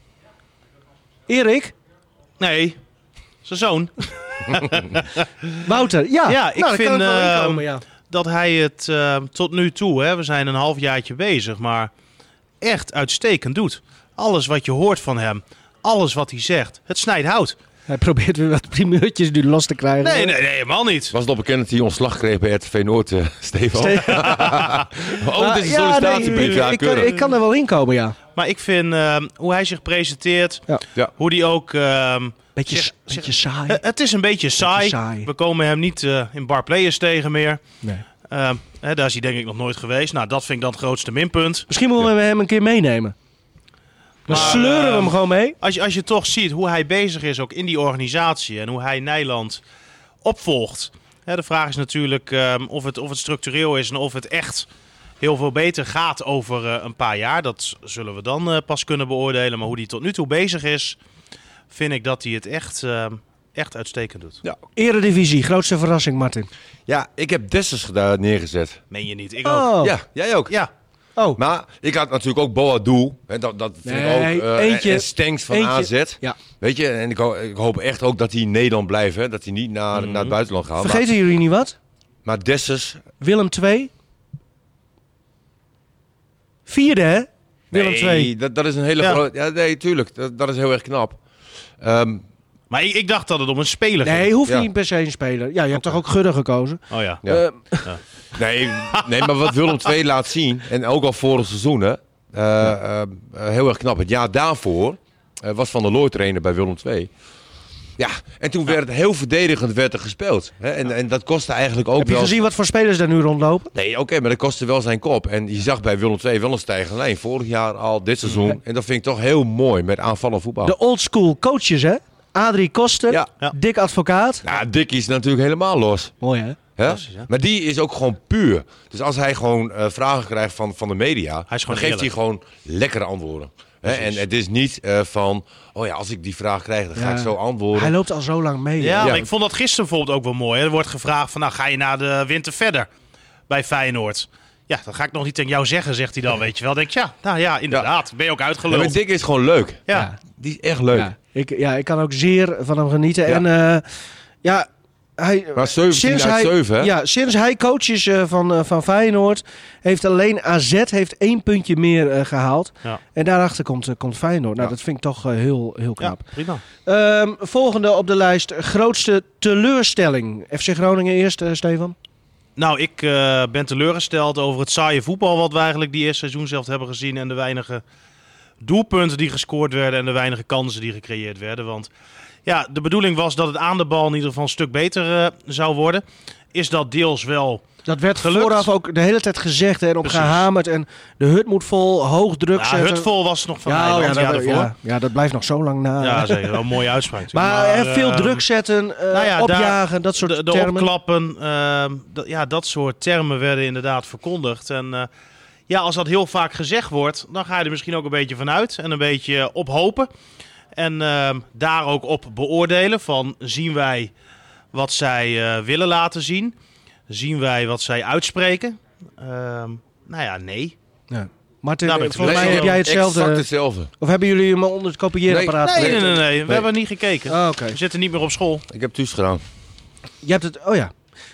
A: Erik?
B: Nee, zijn zoon.
A: Wouter, ja.
B: Ik vind dat hij het tot nu toe, we zijn een halfjaartje bezig, maar echt uitstekend doet. Alles wat je hoort van hem, alles wat hij zegt, het snijdt hout.
A: Hij probeert weer wat primeurtjes nu los te krijgen.
B: Nee, helemaal niet.
C: Was het al bekend dat hij ontslag kreeg bij RTV Noord, Stefan? Dit is een sollicitatiebrief.
A: Ik kan er wel in komen, ja.
B: Maar ik vind hoe hij zich presenteert, hoe hij ook...
A: beetje saai.
B: Het is een beetje saai. We komen hem niet in bar players tegen meer.
A: Nee.
B: Daar is hij denk ik nog nooit geweest. Nou, dat vind ik dan het grootste minpunt.
A: Misschien moeten we hem een keer meenemen. We sleuren hem gewoon mee.
B: Als je toch ziet hoe hij bezig is ook in die organisatie en hoe hij Nijland opvolgt. De vraag is natuurlijk of het structureel is en of het echt heel veel beter gaat over een paar jaar. Dat zullen we dan pas kunnen beoordelen. Maar hoe hij tot nu toe bezig is, vind ik dat hij het echt uitstekend doet.
A: Eredivisie, grootste verrassing, Martin.
C: Ja, ik heb Dessers neergezet.
B: Meen je niet? Ik ook.
C: Ja, jij ook.
B: Ja.
A: Oh.
C: Maar ik had natuurlijk ook Boadu. Dat vind ik ook.
A: Eentje.
C: En Stenks van
A: Eentje.
C: AZ.
A: Ja.
C: Weet je, en ik hoop echt ook dat hij in Nederland blijft. Hè? Dat hij niet naar het buitenland gaat.
A: Vergeten jullie niet wat?
C: Maar Dessers...
A: Willem 2. 4e, hè? Willem 2.
C: Nee, dat is een hele grote... Ja, nee, tuurlijk. Dat is heel erg knap.
B: Maar ik dacht dat het om een speler ging.
A: Nee, hoeft niet per se een speler. Ja, je hebt toch ook Gudde gekozen?
B: Oh ja.
C: Ja. Nee, maar wat Willem II laat zien, en ook al vorig seizoen, heel erg knap. Het jaar daarvoor was Van der Looy trainer bij Willem II. Ja, en toen werd het heel verdedigend er gespeeld. Hè? En dat kostte eigenlijk ook
A: Heb je
C: wel...
A: gezien wat voor spelers daar nu rondlopen?
C: Nee, oké, maar dat kostte wel zijn kop. En je zag bij Willem II wel een stijgende lijn. Vorig jaar al, dit seizoen. En dat vind ik toch heel mooi met aanvallend voetbal.
A: De oldschool coaches, hè? Adrie Koster,
C: Ja.
A: Dick Advocaat.
C: Nou, Dickie is natuurlijk helemaal los.
A: Mooi, hè?
C: Hè?
B: Precies, ja.
C: Maar die is ook gewoon puur. Dus als hij gewoon vragen krijgt van de media,
B: Hij is
C: dan
B: gewoon
C: geeft hij
B: eerlijk.
C: gewoon lekkere antwoorden. Hè? En het is niet van, oh ja, als ik die vraag krijg, dan ga ik zo antwoorden.
A: Hij loopt al zo lang mee.
B: Ja,
A: hè?
B: maar ik vond dat gisteren bijvoorbeeld ook wel mooi. Hè. Er wordt gevraagd van, nou ga je na de winter verder bij Feyenoord? Ja, dat ga ik nog niet tegen jou zeggen, zegt hij dan, weet je wel. Dan denk ik, nou ja, inderdaad. Ben je ook
C: Ja,
B: uitgeluld.
C: maar Dick is gewoon leuk.
B: Ja.
C: Die is echt leuk.
A: Ja, ik kan ook zeer van hem genieten.
C: Ja.
A: En hij...
C: Maar 17 uit 7, hè?
A: Ja, sinds hij coach is van Feyenoord, heeft alleen AZ heeft 1 puntje meer gehaald.
B: Ja.
A: En daarachter komt Feyenoord. Nou,
C: Ja.
A: dat vind ik toch heel
B: Ja,
A: knap.
B: prima.
A: Volgende op de lijst, grootste teleurstelling. FC Groningen eerst, Stefan.
B: Nou, ik ben teleurgesteld over het saaie voetbal wat we eigenlijk die eerste seizoen zelf hebben gezien. En de weinige doelpunten die gescoord werden en de weinige kansen die gecreëerd werden. Want ja, de bedoeling was dat het aan de bal in ieder geval een stuk beter zou worden. Is dat deels wel
A: Dat werd
B: gelukt.
A: vooraf ook de hele tijd gezegd en op
B: Precies.
A: gehamerd. En de hut moet vol, hoog druk
B: Ja,
A: zetten.
B: Hutvol was nog van
A: Ja,
B: Nederland,
A: ja,
B: ja,
A: dat,
B: daarvoor.
A: ja, dat blijft nog zo lang na.
B: Ja, zeker. Wel een mooie uitspraak natuurlijk.
A: Maar veel druk zetten,
B: ja,
A: opjagen, dat soort
B: de
A: termen.
B: opklappen, dat soort termen werden inderdaad verkondigd. En als dat heel vaak gezegd wordt, dan ga je er misschien ook een beetje vanuit en een beetje op hopen. En daar ook op beoordelen van, zien wij wat zij willen laten zien? Zien wij wat zij uitspreken? Nee.
A: Ja. Martin,
B: Nou, ben ik
A: volgens mij
B: teleurgesteld.
A: heb jij hetzelfde.
C: Exact hetzelfde.
A: Of hebben jullie hem onder het kopieerapparaat?
B: Nee.
A: gezet?
B: We hebben niet gekeken.
A: Oh, oké.
B: We zitten niet meer op school.
C: Ik heb thuis gedaan.
A: Je hebt het. Oh ja.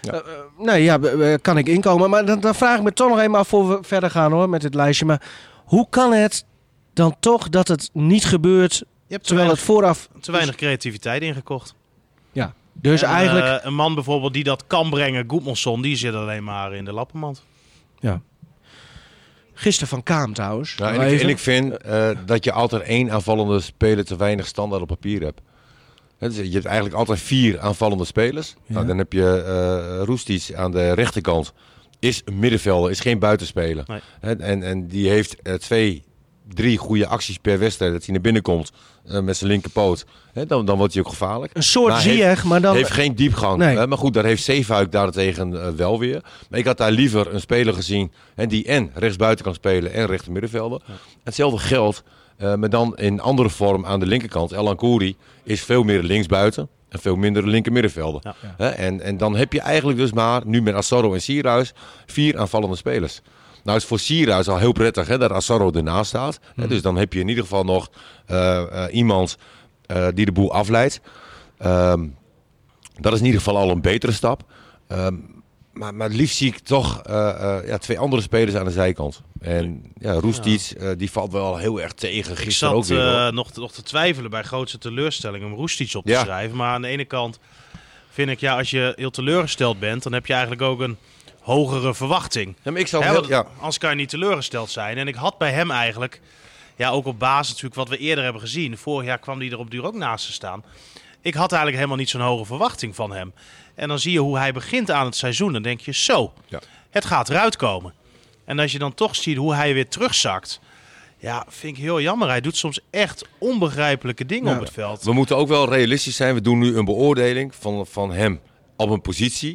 C: Ja.
A: Kan ik inkomen. Maar dan vraag ik me toch nog even af voor we verder gaan hoor met dit lijstje. Maar hoe kan het dan toch dat het niet gebeurt
B: Je hebt
A: terwijl het vooraf.
B: te weinig creativiteit ingekocht.
A: Ja. Dus
B: En,
A: eigenlijk.
B: een man bijvoorbeeld die dat kan brengen, Goedmanson, die zit alleen maar in de lappenmand.
A: Ja. Gisteren van Kaam trouwens.
C: Ja,
A: Nog even.
C: en ik vind dat je altijd 1 aanvallende speler te weinig standaard op papier hebt. Hè, dus je hebt eigenlijk altijd 4 aanvallende spelers.
A: Ja.
C: Nou, dan heb je Roestic aan de rechterkant. Is een middenvelder, is geen buitenspeler.
B: Nee.
C: Hè, en die heeft 2, 3 goede acties per wedstrijd. Dat hij naar binnen komt met zijn linkerpoot. Hè, dan wordt hij ook gevaarlijk.
A: Een soort
C: Maar
A: Ziyech, maar dan.
C: Heeft geen diepgang.
A: Nee.
C: Hè? Maar goed, daar heeft Zeefuik daartegen wel weer. Maar ik had daar liever een speler gezien die en rechtsbuiten kan spelen en rechter middenvelder. Ja. Hetzelfde geldt, maar dan in andere vorm aan de linkerkant. El Ancoury is veel meer linksbuiten en veel minder linker middenvelder.
B: Ja.
C: Hè? En dan heb je eigenlijk dus maar, nu met Asaro en Sierhuis, 4 aanvallende spelers. Nou is voor Sierhuis al heel prettig dat Asaro ernaast staat. Hè? Dus dan heb je in ieder geval nog iemand die de boel afleidt. Dat is in ieder geval al een betere stap. Maar het liefst zie ik toch 2 andere spelers aan de zijkant. En Roestic, die valt wel heel erg tegen.
B: Ik
C: Gisteren ook
B: zat
C: weer. Hoor.
B: nog te twijfelen bij grootste teleurstelling om Roestic op te
C: Ja.
B: schrijven. Maar aan de ene kant vind ik, als je heel teleurgesteld bent, dan heb je eigenlijk ook een hogere verwachting.
C: Ja, maar ik zal
B: Hè,
C: heel,
B: want Anders kan je niet teleurgesteld zijn. En ik had bij hem eigenlijk, ook op basis natuurlijk wat we eerder hebben gezien. Vorig jaar kwam hij er op duur ook naast te staan. Ik had eigenlijk helemaal niet zo'n hoge verwachting van hem. En dan zie je hoe hij begint aan het seizoen. Dan denk je, het gaat eruit komen. En als je dan toch ziet hoe hij weer terugzakt. Ja, vind ik heel jammer. Hij doet soms echt onbegrijpelijke dingen op het veld.
C: We moeten ook wel realistisch zijn. We doen nu een beoordeling van hem op een positie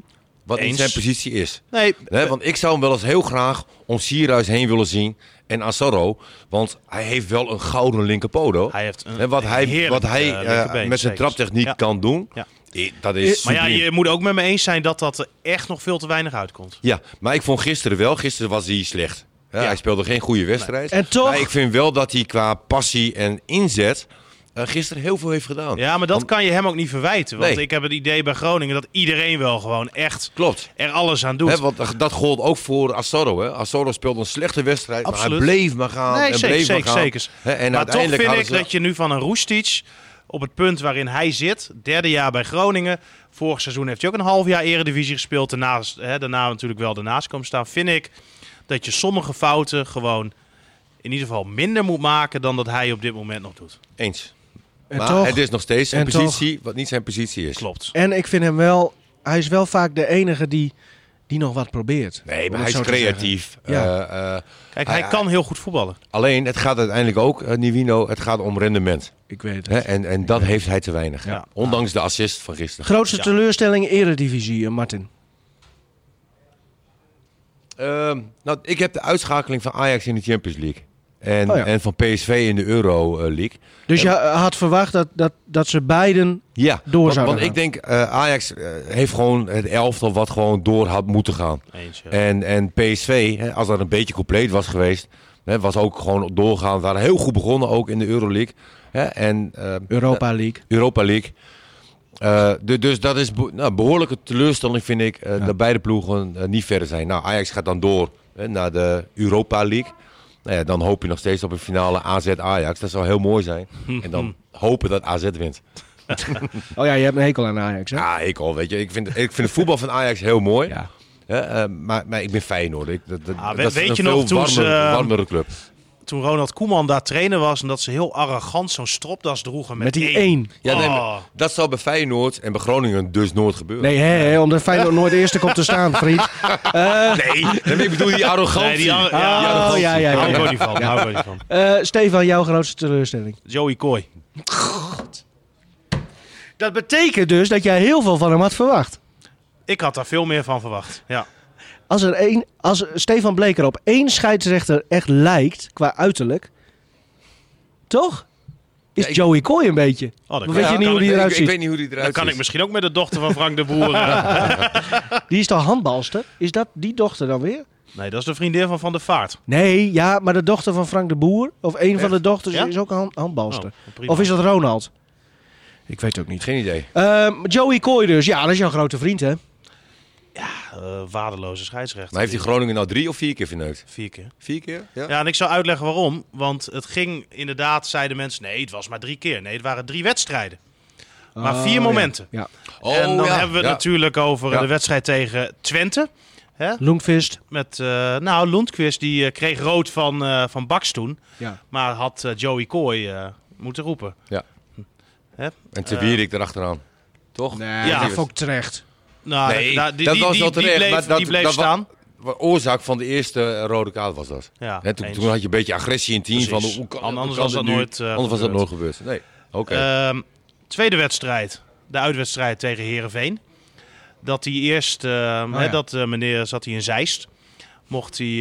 C: wat niet
B: Eens.
C: zijn positie is.
B: Nee,
C: Want ik zou hem wel eens heel graag om Sierhuis heen willen zien. En Asaro, want hij heeft wel een gouden linkerpodo.
B: hij heeft een
C: Wat hij
B: linkerbeen,
C: met zijn
B: zeker.
C: traptechniek
B: Ja.
C: kan doen,
B: Ja.
C: dat is
B: Maar ja,
C: subliem.
B: je moet ook met me eens zijn dat er echt nog veel te weinig uitkomt.
C: Ja, maar ik vond gisteren wel. Gisteren was hij slecht. Ja,
B: Ja.
C: Hij speelde geen goede wedstrijd.
A: En toch-
C: Maar ik vind wel dat hij qua passie en inzet gisteren heel veel heeft gedaan.
B: Ja, maar dat
C: Want-
B: kan je hem ook niet verwijten. Want
C: Nee.
B: ik heb het idee bij Groningen dat iedereen wel gewoon echt
C: Klopt.
B: er alles aan doet.
C: Want dat gold ook voor Asoro. Hè. Asoro speelde een slechte wedstrijd, maar
B: Absoluut.
C: hij bleef maar gaan.
B: Nee,
C: en
B: zeker,
C: bleef
B: zeker,
C: maar gaan.
B: zeker.
C: Hè, en
B: Maar toch
C: uiteindelijk
B: vind ik
C: hadden ze-
B: dat je nu van een Roestic op het punt waarin hij zit, derde jaar bij Groningen. Vorig seizoen heeft hij ook een half jaar Eredivisie gespeeld. Daarna natuurlijk wel ernaast komen staan. Vind ik dat je sommige fouten gewoon in ieder geval minder moet maken dan dat hij op dit moment nog doet.
C: Eens.
A: En
C: Maar
A: toch,
C: het is nog steeds zijn
A: en toch-
C: positie, wat niet zijn positie is.
B: Klopt.
A: en ik vind hem wel... Hij is wel vaak de enige die nog wat probeert.
C: Nee,
A: om
C: maar
A: het
C: hij is
A: zo te zeggen.
C: creatief.
A: Ja.
B: Kijk, hij kan heel goed voetballen.
C: Alleen, het gaat uiteindelijk ook, Nivino, het gaat om rendement.
A: Ik weet het.
C: Hè, en dat heeft hij te weinig.
B: Ja.
C: Ondanks de assist van gisteren.
A: Grootste
B: Ja.
A: teleurstelling Eredivisie, Martin.
C: Nou, ik heb de uitschakeling van Ajax in de Champions League. En,
A: Oh ja.
C: en van PSV in de Euro League.
A: Dus je had verwacht dat ze beiden...
C: Ja,
A: Door
C: want
A: zouden
C: ik denk Ajax heeft gewoon het elftal wat gewoon door had moeten gaan.
B: Eens, ja.
C: En PSV, hè, als dat een beetje compleet was geweest, hè, was ook gewoon doorgaan. Waren heel goed begonnen ook in de Euroleague. Hè, en
A: Europa League.
C: Europa League. Dus dat is behoorlijke teleurstelling, vind ik, dat beide ploegen niet verder zijn. Nou, Ajax gaat dan door naar de Europa League. Nou ja, dan hoop je nog steeds op een finale AZ-Ajax. Dat zou heel mooi zijn. En dan hopen dat AZ wint.
A: Oh ja, je hebt een hekel aan Ajax, hè?
C: Ja, ik al, weet je. Ik vind het voetbal van Ajax heel mooi.
A: Ja.
C: Maar ik ben Feyenoord. Dat is
B: weet
C: een
B: je
C: veel
B: nog toen
C: warmere club.
B: Toen Ronald Koeman daar trainer was en dat ze heel arrogant zo'n stropdas droegen
A: Met die 1.
C: Ja, nee,
B: Oh.
C: maar dat zou bij Feyenoord en bij Groningen dus nooit gebeuren.
A: Nee, hè, omdat Feyenoord nooit eerste komt te staan, vriend.
C: Nee, ik bedoel die arrogantie.
B: Nee, die
A: Oh,
C: arrogantie.
A: ja.
B: Hou ik ook niet van. Hou ik ook niet van.
A: Stefan, jouw grootste teleurstelling?
B: Joey Kooi.
A: Dat betekent dus dat jij heel veel van hem had verwacht.
B: Ik had daar veel meer van verwacht. Ja.
A: Als Stefan Bleker op één scheidsrechter echt lijkt, qua uiterlijk, toch? Is
C: Ja, ik-
A: Joey Kooi een beetje.
B: Oh, dat
A: Maar weet je
B: kan-
A: niet hoe die
C: ik,
A: eruit
C: ik
A: ziet?
C: weet niet hoe die eruit
B: Dan kan
C: ziet.
B: ik misschien ook met de dochter van Frank de Boer.
A: Die is toch handbalster? Is dat die dochter dan weer?
B: Nee, dat is de vriendin van Van der Vaart.
A: Nee, ja, maar de dochter van Frank de Boer, of een van de dochters,
B: Ja?
A: is ook een handbalster.
B: Oh, prima.
A: Of is dat Ronald? Ik weet het ook niet.
C: Geen idee.
A: Joey Kooi dus, ja, dat is jouw grote vriend, hè?
B: Waardeloze scheidsrechter.
C: Maar heeft hij Groningen nou 3 of 4 keer verneukt?
B: 4 keer.
C: 4 keer? Ja.
B: Ja, en ik zal uitleggen waarom. Want het ging inderdaad, zeiden mensen, nee, het was maar 3 keer. Nee, het waren 3 wedstrijden. Maar 4 momenten.
A: Ja.
C: Oh,
B: en dan
C: ja,
B: hebben we het
C: ja.
B: natuurlijk over
C: Ja.
B: de wedstrijd tegen Twente. Hè?
A: Loenkvist.
B: Met, Lundqvist, die kreeg rood van Baks toen.
A: Ja.
B: Maar had Joey Kooi moeten roepen.
C: Ja.
B: Hè?
C: En Te Wierik erachteraan. Toch?
A: Nee,
B: Ja.
A: dat vond ik terecht.
B: Nou,
C: Nee,
B: die
C: dat was wel terecht,
B: bleef,
C: maar dat-
B: die bleef
C: dat wa-
B: staan.
C: Oorzaak van de eerste rode kaart was dat.
B: Ja,
C: Hè, toen
B: eens.
C: had je een beetje agressie in het team.
B: Precies.
C: Van, hoe kan,
B: Anders
C: hoe kan
B: was
C: dit
B: dat
C: nu?
B: nooit,
C: Anders was dat
B: gebeurd.
C: nooit gebeurd. Nee. Oké.
B: Tweede wedstrijd, de uitwedstrijd tegen Heerenveen. Dat hij eerst,
A: ja.
B: meneer zat hij in Zeist. Mocht hij...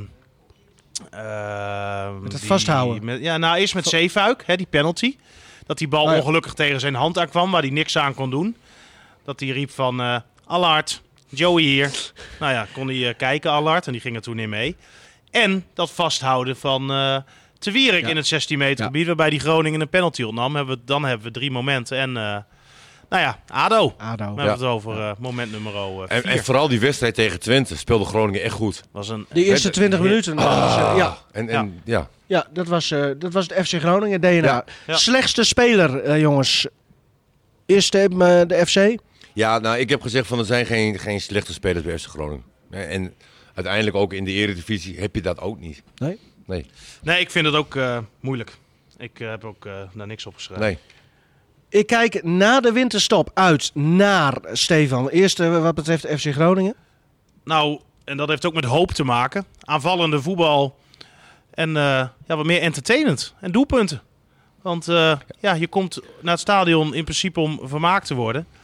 A: Met het vasthouden.
B: Eerst met Zeefuik, die penalty. Dat die bal
A: Oh ja.
B: ongelukkig tegen zijn hand aankwam, waar hij niks aan kon doen. Dat hij riep van, Allard, Joey hier. Nou ja, kon hij kijken, Allard, en die ging er toen in mee. En dat vasthouden van Te Wierik
A: Ja.
B: in het 16 meter
A: Ja.
B: gebied, waarbij die Groningen een penalty ontnam. Dan hebben we 3 momenten. En, ADO. We
A: ADO.
B: hebben het over moment nummer 4.
C: En vooral die wedstrijd tegen Twente speelde Groningen echt goed.
B: Was een,
A: De eerste 20 minuten. Ja.
C: Ja.
A: Dat was het FC Groningen DNA.
C: Ja.
B: Ja.
A: Slechtste speler, jongens. Eerste de FC.
C: Ja, nou, ik heb gezegd van er zijn geen slechte spelers bij FC Groningen. En uiteindelijk ook in de Eredivisie heb je dat ook niet.
A: Nee?
B: Nee, ik vind het ook moeilijk. Ik heb ook daar niks op geschreven.
C: Nee.
A: Ik kijk na de winterstop uit naar Stefan. Eerst wat betreft FC Groningen.
B: Nou, en dat heeft ook met hoop te maken. Aanvallende voetbal en wat meer entertainend. En doelpunten. Want je komt naar het stadion in principe om vermaakt te worden.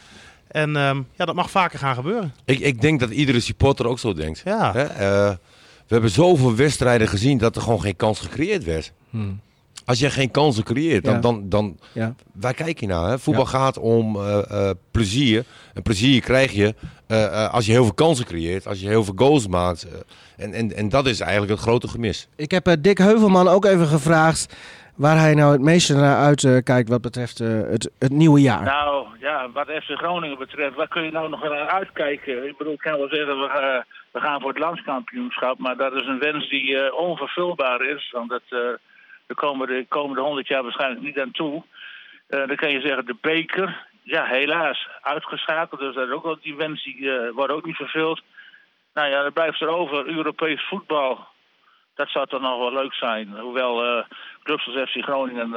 B: En dat mag vaker gaan gebeuren.
C: Ik denk dat iedere supporter ook zo denkt.
B: Ja.
C: Hè? We hebben zoveel wedstrijden gezien dat er gewoon geen kans gecreëerd werd. Als je geen kansen creëert, dan waar kijk je naar? Hè? Voetbal gaat om plezier. En plezier krijg je als je heel veel kansen creëert, als je heel veel goals maakt. En dat is eigenlijk het grote gemis.
A: Ik heb Dick Heuvelman ook even gevraagd waar hij nou het meeste naar uitkijkt wat betreft het nieuwe jaar.
E: Nou ja, wat FC Groningen betreft, waar kun je nou nog naar uitkijken? Ik bedoel, ik kan wel zeggen, we gaan voor het landskampioenschap, maar dat is een wens die onvervulbaar is. Want de komende 100 jaar waarschijnlijk niet aan toe. Dan kan je zeggen, de beker, ja helaas, uitgeschakeld. Dus dat is ook wel die wens, die wordt ook niet vervuld. Nou ja, dan blijft er over Europees voetbal. Dat zou toch nog wel leuk zijn. Hoewel clubs als FC Groningen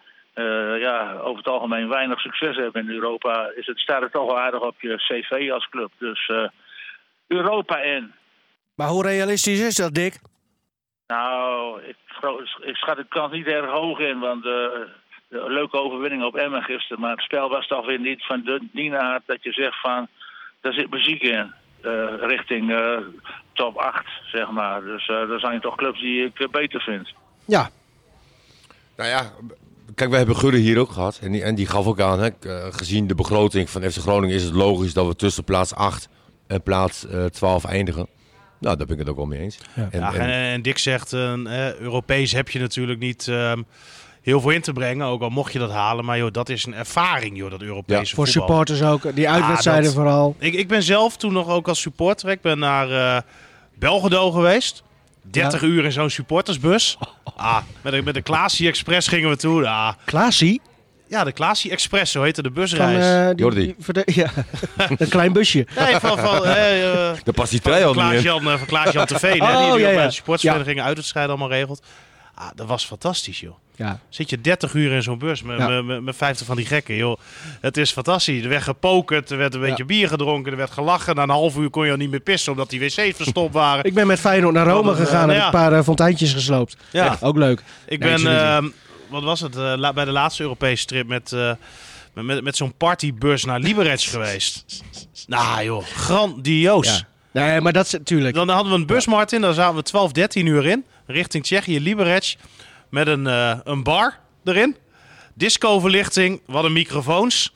E: over het algemeen weinig succes hebben in Europa, staat het toch wel aardig op je cv als club. Dus Europa in.
A: Maar hoe realistisch is dat, Dick?
E: Nou, ik schat de kans niet erg hoog in, want de leuke overwinning op Emmen gisteren. Maar het spel was toch weer niet van die aard dat je zegt van, daar zit muziek in. Richting top 8, zeg maar. Dus daar zijn toch clubs die ik beter vind.
A: Ja.
C: Nou ja, kijk, we hebben Gudde hier ook gehad. En die gaf ook aan, hè, gezien de begroting van FC Groningen is het logisch dat we tussen plaats 8 en plaats 12 eindigen. Nou, daar ben ik het ook wel mee eens.
A: Ja.
B: En Dick zegt, Europees heb je natuurlijk niet heel veel in te brengen. Ook al mocht je dat halen. Maar joh, dat is een ervaring, joh, dat Europese voetbal.
A: Voor supporters ook, die uitwedstrijden vooral.
B: Ik ben zelf toen nog ook als supporter. Ik ben naar Belgrado geweest. 30 uur in zo'n supportersbus. Met de Klaasie Express gingen we toe.
A: Klaasie?
B: Ja, de Klaasie Express, zo heette de busreis.
C: Jordi.
A: Een klein busje.
B: Nee,
C: daar past die trui al niet in.
B: Van Klaas-Jan Teveen, die bij de supportersverenigingen uitwedstrijden allemaal regelt. Dat was fantastisch, joh.
A: Ja.
B: Zit je 30 uur in zo'n bus met 50 van die gekken, joh. Het is fantastisch. Er werd gepokerd, er werd een beetje bier gedronken, er werd gelachen. Na een half uur kon je al niet meer pissen, omdat die wc's verstopt waren.
A: Ik ben met Feyenoord naar Rome gegaan en heb een paar fonteintjes gesloopt. Ja. Ook leuk.
B: Ik ben, wat was het, bij de laatste Europese trip met zo'n partybus naar Liberec geweest. Nou joh, grandioos.
A: Ja. Nee, maar dat is natuurlijk.
B: Dan hadden we een bus, Martin, daar zaten we 12, 13 uur in. Richting Tsjechië, Liberec. Met een bar erin. Discoverlichting, wat een microfoons.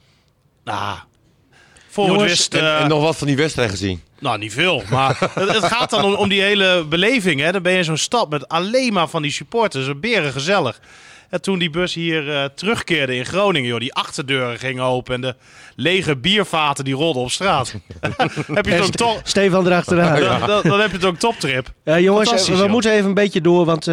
C: En nog wat van die wedstrijd gezien?
B: Nou, niet veel. Maar het gaat dan om die hele beleving. Hè. Dan ben je in zo'n stad met alleen maar van die supporters. Beren gezellig. En toen die bus hier terugkeerde in Groningen, joh, die achterdeuren gingen open en de lege biervaten die rolden op straat. Heb je het ook
A: Stefan erachteraan.
B: Dan heb je het ook toptrip.
A: Jongens, we moeten even een beetje door, want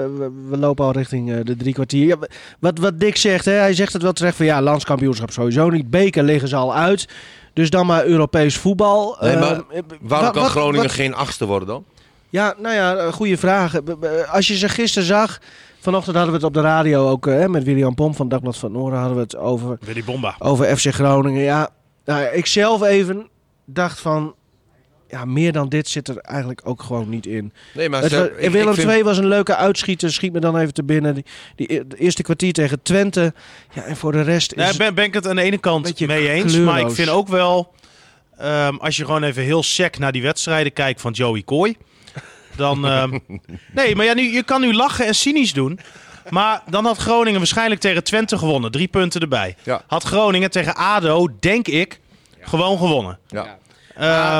A: we lopen al richting de 3 kwartier. Ja, wat Dick zegt, hè, hij zegt het wel terecht van landskampioenschap sowieso niet. Beker liggen ze al uit. Dus dan maar Europees voetbal.
C: Nee, maar waarom kan Groningen geen 8e worden dan? Ja,
A: nou ja, goede vraag. Als je ze gisteren zag. Vanochtend hadden we het op de radio ook met William Pomp van Dagblad van het Noorden hadden we het over.
B: Willy Bomba.
A: Over FC Groningen. Ja, ik zelf even dacht van, meer dan dit zit er eigenlijk ook gewoon niet in. Nee, maar Willem II was een leuke uitschieter. Schiet me dan even te binnen. Die eerste kwartier tegen Twente. Ja, en voor de rest is
B: ben ik het aan de ene kant mee eens. Kleurloos. Maar ik vind ook wel, als je gewoon even heel sec naar die wedstrijden kijkt van Joey Kooi. Dan, nee, maar je kan nu lachen en cynisch doen. Maar dan had Groningen waarschijnlijk tegen Twente gewonnen. 3 punten erbij. Ja. Had Groningen tegen ADO, denk ik, gewoon gewonnen. Ja.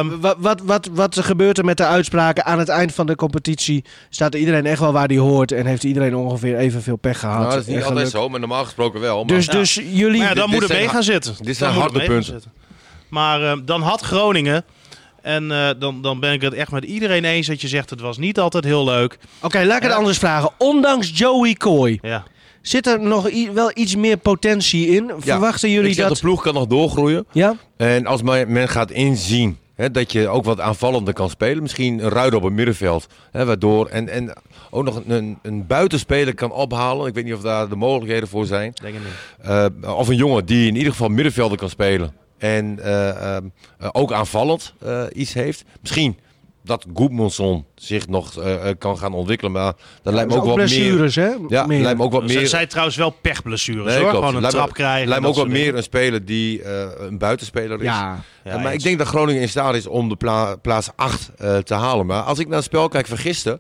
A: Wat gebeurt er met de uitspraken aan het eind van de competitie? Staat er iedereen echt wel waar die hoort en heeft iedereen ongeveer evenveel pech gehad?
C: Nou, dat is niet altijd zo, maar normaal gesproken wel. Maar...
A: Dus jullie...
B: Maar dan moeten we gaan zitten.
C: Dit zijn harde punten.
B: Maar dan had Groningen... En dan ben ik het echt met iedereen eens dat je zegt het was niet altijd heel leuk.
A: Oké, laat ik het anders vragen. Ondanks Joey Kooi, zit er nog wel iets meer potentie in? Verwachten jullie dat...
C: De ploeg kan nog doorgroeien.
A: Ja?
C: En als men gaat inzien dat je ook wat aanvallender kan spelen. Misschien een Ruiter op het middenveld. Waardoor en ook nog een buitenspeler kan ophalen. Ik weet niet of daar de mogelijkheden voor zijn.
B: Denk ik niet.
C: Of een jongen die in ieder geval middenvelder kan spelen. En ook aanvallend iets heeft. Misschien dat Goedmanson zich nog kan gaan ontwikkelen. Maar dat lijkt me ook wat
A: blessures,
C: meer.
A: hè?
C: Ja,
A: meer.
C: lijkt me ook wat meer.
B: Ze zijn trouwens wel pechblessures,
C: Nee,
B: hoor.
C: klopt.
B: Gewoon een trap krijgen.
C: Lijkt me ook wat
B: meer
C: meer een speler die een buitenspeler is.
A: Ja.
C: Maar ik denk dat Groningen in staat is om de plaats 8 te halen. Maar als ik naar het spel kijk van gisteren,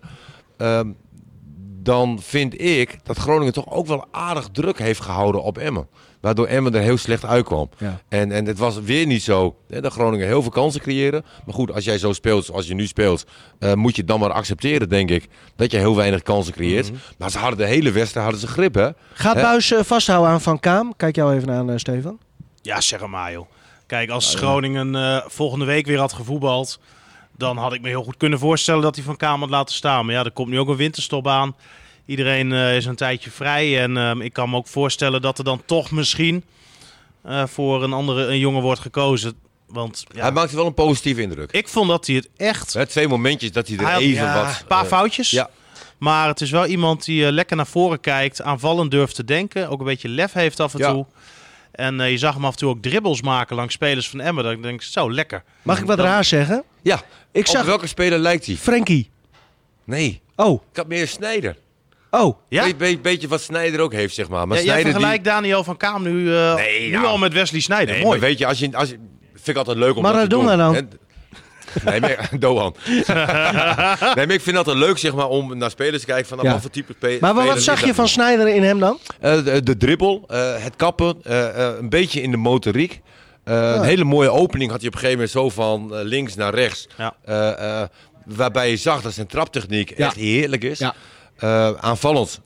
C: dan vind ik dat Groningen toch ook wel aardig druk heeft gehouden op Emmen. Waardoor Emmen er heel slecht uitkwam.
A: Ja.
C: En het was weer niet zo dat Groningen heel veel kansen creëren. Maar goed, als jij zo speelt zoals je nu speelt, moet je dan maar accepteren, denk ik, dat je heel weinig kansen creëert. Maar ze hadden de hele wedstrijd grip, hè?
A: Gaat Buijs vasthouden aan Van Kaam? Kijk jou even aan, Stefan.
B: Ja, zeg maar, joh. Kijk, als Groningen volgende week weer had gevoetbald, dan had ik me heel goed kunnen voorstellen dat hij Van Kaam had laten staan. Maar ja, er komt nu ook een winterstop aan. Iedereen is een tijdje vrij. En ik kan me ook voorstellen dat er dan toch misschien voor een jongen wordt gekozen. Want, ja,
C: Hij maakte wel een positieve indruk.
B: ik vond dat hij het echt...
C: 2 momentjes dat hij er
B: Hij
C: even
B: had,
C: wat...
B: een paar foutjes.
C: Ja.
B: Maar het is wel iemand die lekker naar voren kijkt. Aanvallend durft te denken. Ook een beetje lef heeft af en
C: Ja.
B: toe. En je zag hem af en toe ook dribbles maken langs spelers van Emmen. Dat ik denk, zo lekker.
A: Mag ik wat raar zeggen?
C: Ja,
A: Ik
C: op
A: zag
C: welke speler lijkt hij?
A: Frenkie.
C: Nee,
A: Oh,
C: ik had meer Snijder.
A: oh.
B: Ja?
C: Beetje wat Snijder ook heeft, zeg maar. Maar
B: Ja, jij
C: Sneijder
B: vergelijkt Daniel van Kaam nu, al met Wesley Sneijder.
C: Nee,
B: Mooi.
C: maar weet je, als je vind ik altijd leuk om
A: Maradona
C: dat te doen.
A: dan?
C: Nee, maar Doan. Nee, maar ik vind dat leuk, zeg maar, om naar spelers te kijken van
A: Ja.
C: wat voor type speler.
A: Maar wat zag je van Sneijder in hem dan?
C: De dribbel, het kappen, een beetje in de motoriek. Een hele mooie opening had hij op een gegeven moment zo van links naar rechts.
B: Ja.
C: Waarbij je zag dat zijn traptechniek echt heerlijk is.
A: Ja.
C: Aanvallend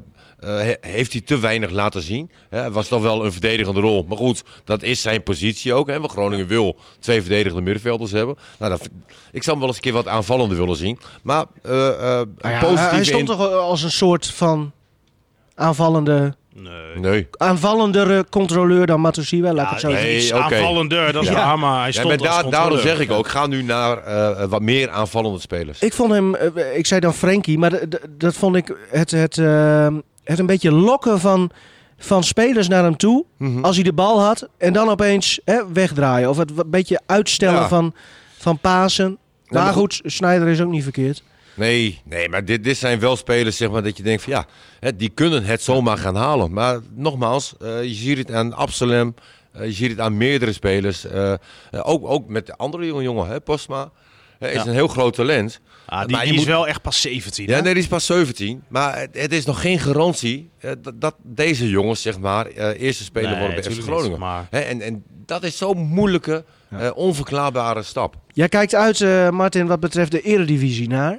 C: heeft hij te weinig laten zien. Het was toch wel een verdedigende rol. Maar goed, dat is zijn positie ook. Hè? Want Groningen wil 2 verdedigende middenvelders hebben. Nou, ik zou hem wel eens een keer wat aanvallender willen zien. Maar positief
A: hij stond toch als een soort van aanvallende...
C: Nee.
A: aanvallendere controleur dan Matusiwa, laat ik het zo
C: nee.
A: zeggen.
B: Iets
C: oké.
B: aanvallender, dat is waar, maar hij stond als
C: Daarom
B: controleur.
C: zeg ik ook, ga nu naar wat meer aanvallende spelers.
A: Ik vond hem, ik zei dan Frenkie, maar dat vond ik het een beetje lokken van spelers naar hem toe. Als hij de bal had en dan opeens wegdraaien. Of het een beetje uitstellen van Pasen. Maar goed, Sneijder is ook niet verkeerd.
C: Nee, maar dit zijn wel spelers, zeg maar, dat je denkt van ja, die kunnen het zomaar gaan halen. Maar nogmaals, je ziet het aan Absalem, je ziet het aan meerdere spelers. Ook met de andere jongen, Postma, is een heel groot talent.
B: Die is wel echt pas 17.
C: Ja,
B: hè?
C: nee, die is pas 17. Maar het is nog geen garantie dat deze jongens, zeg maar, eerste speler worden bij FC Groningen.
B: Niet, maar...
C: En dat is zo'n moeilijke, onverklaarbare stap.
A: Jij kijkt uit, Martin, wat betreft de Eredivisie naar...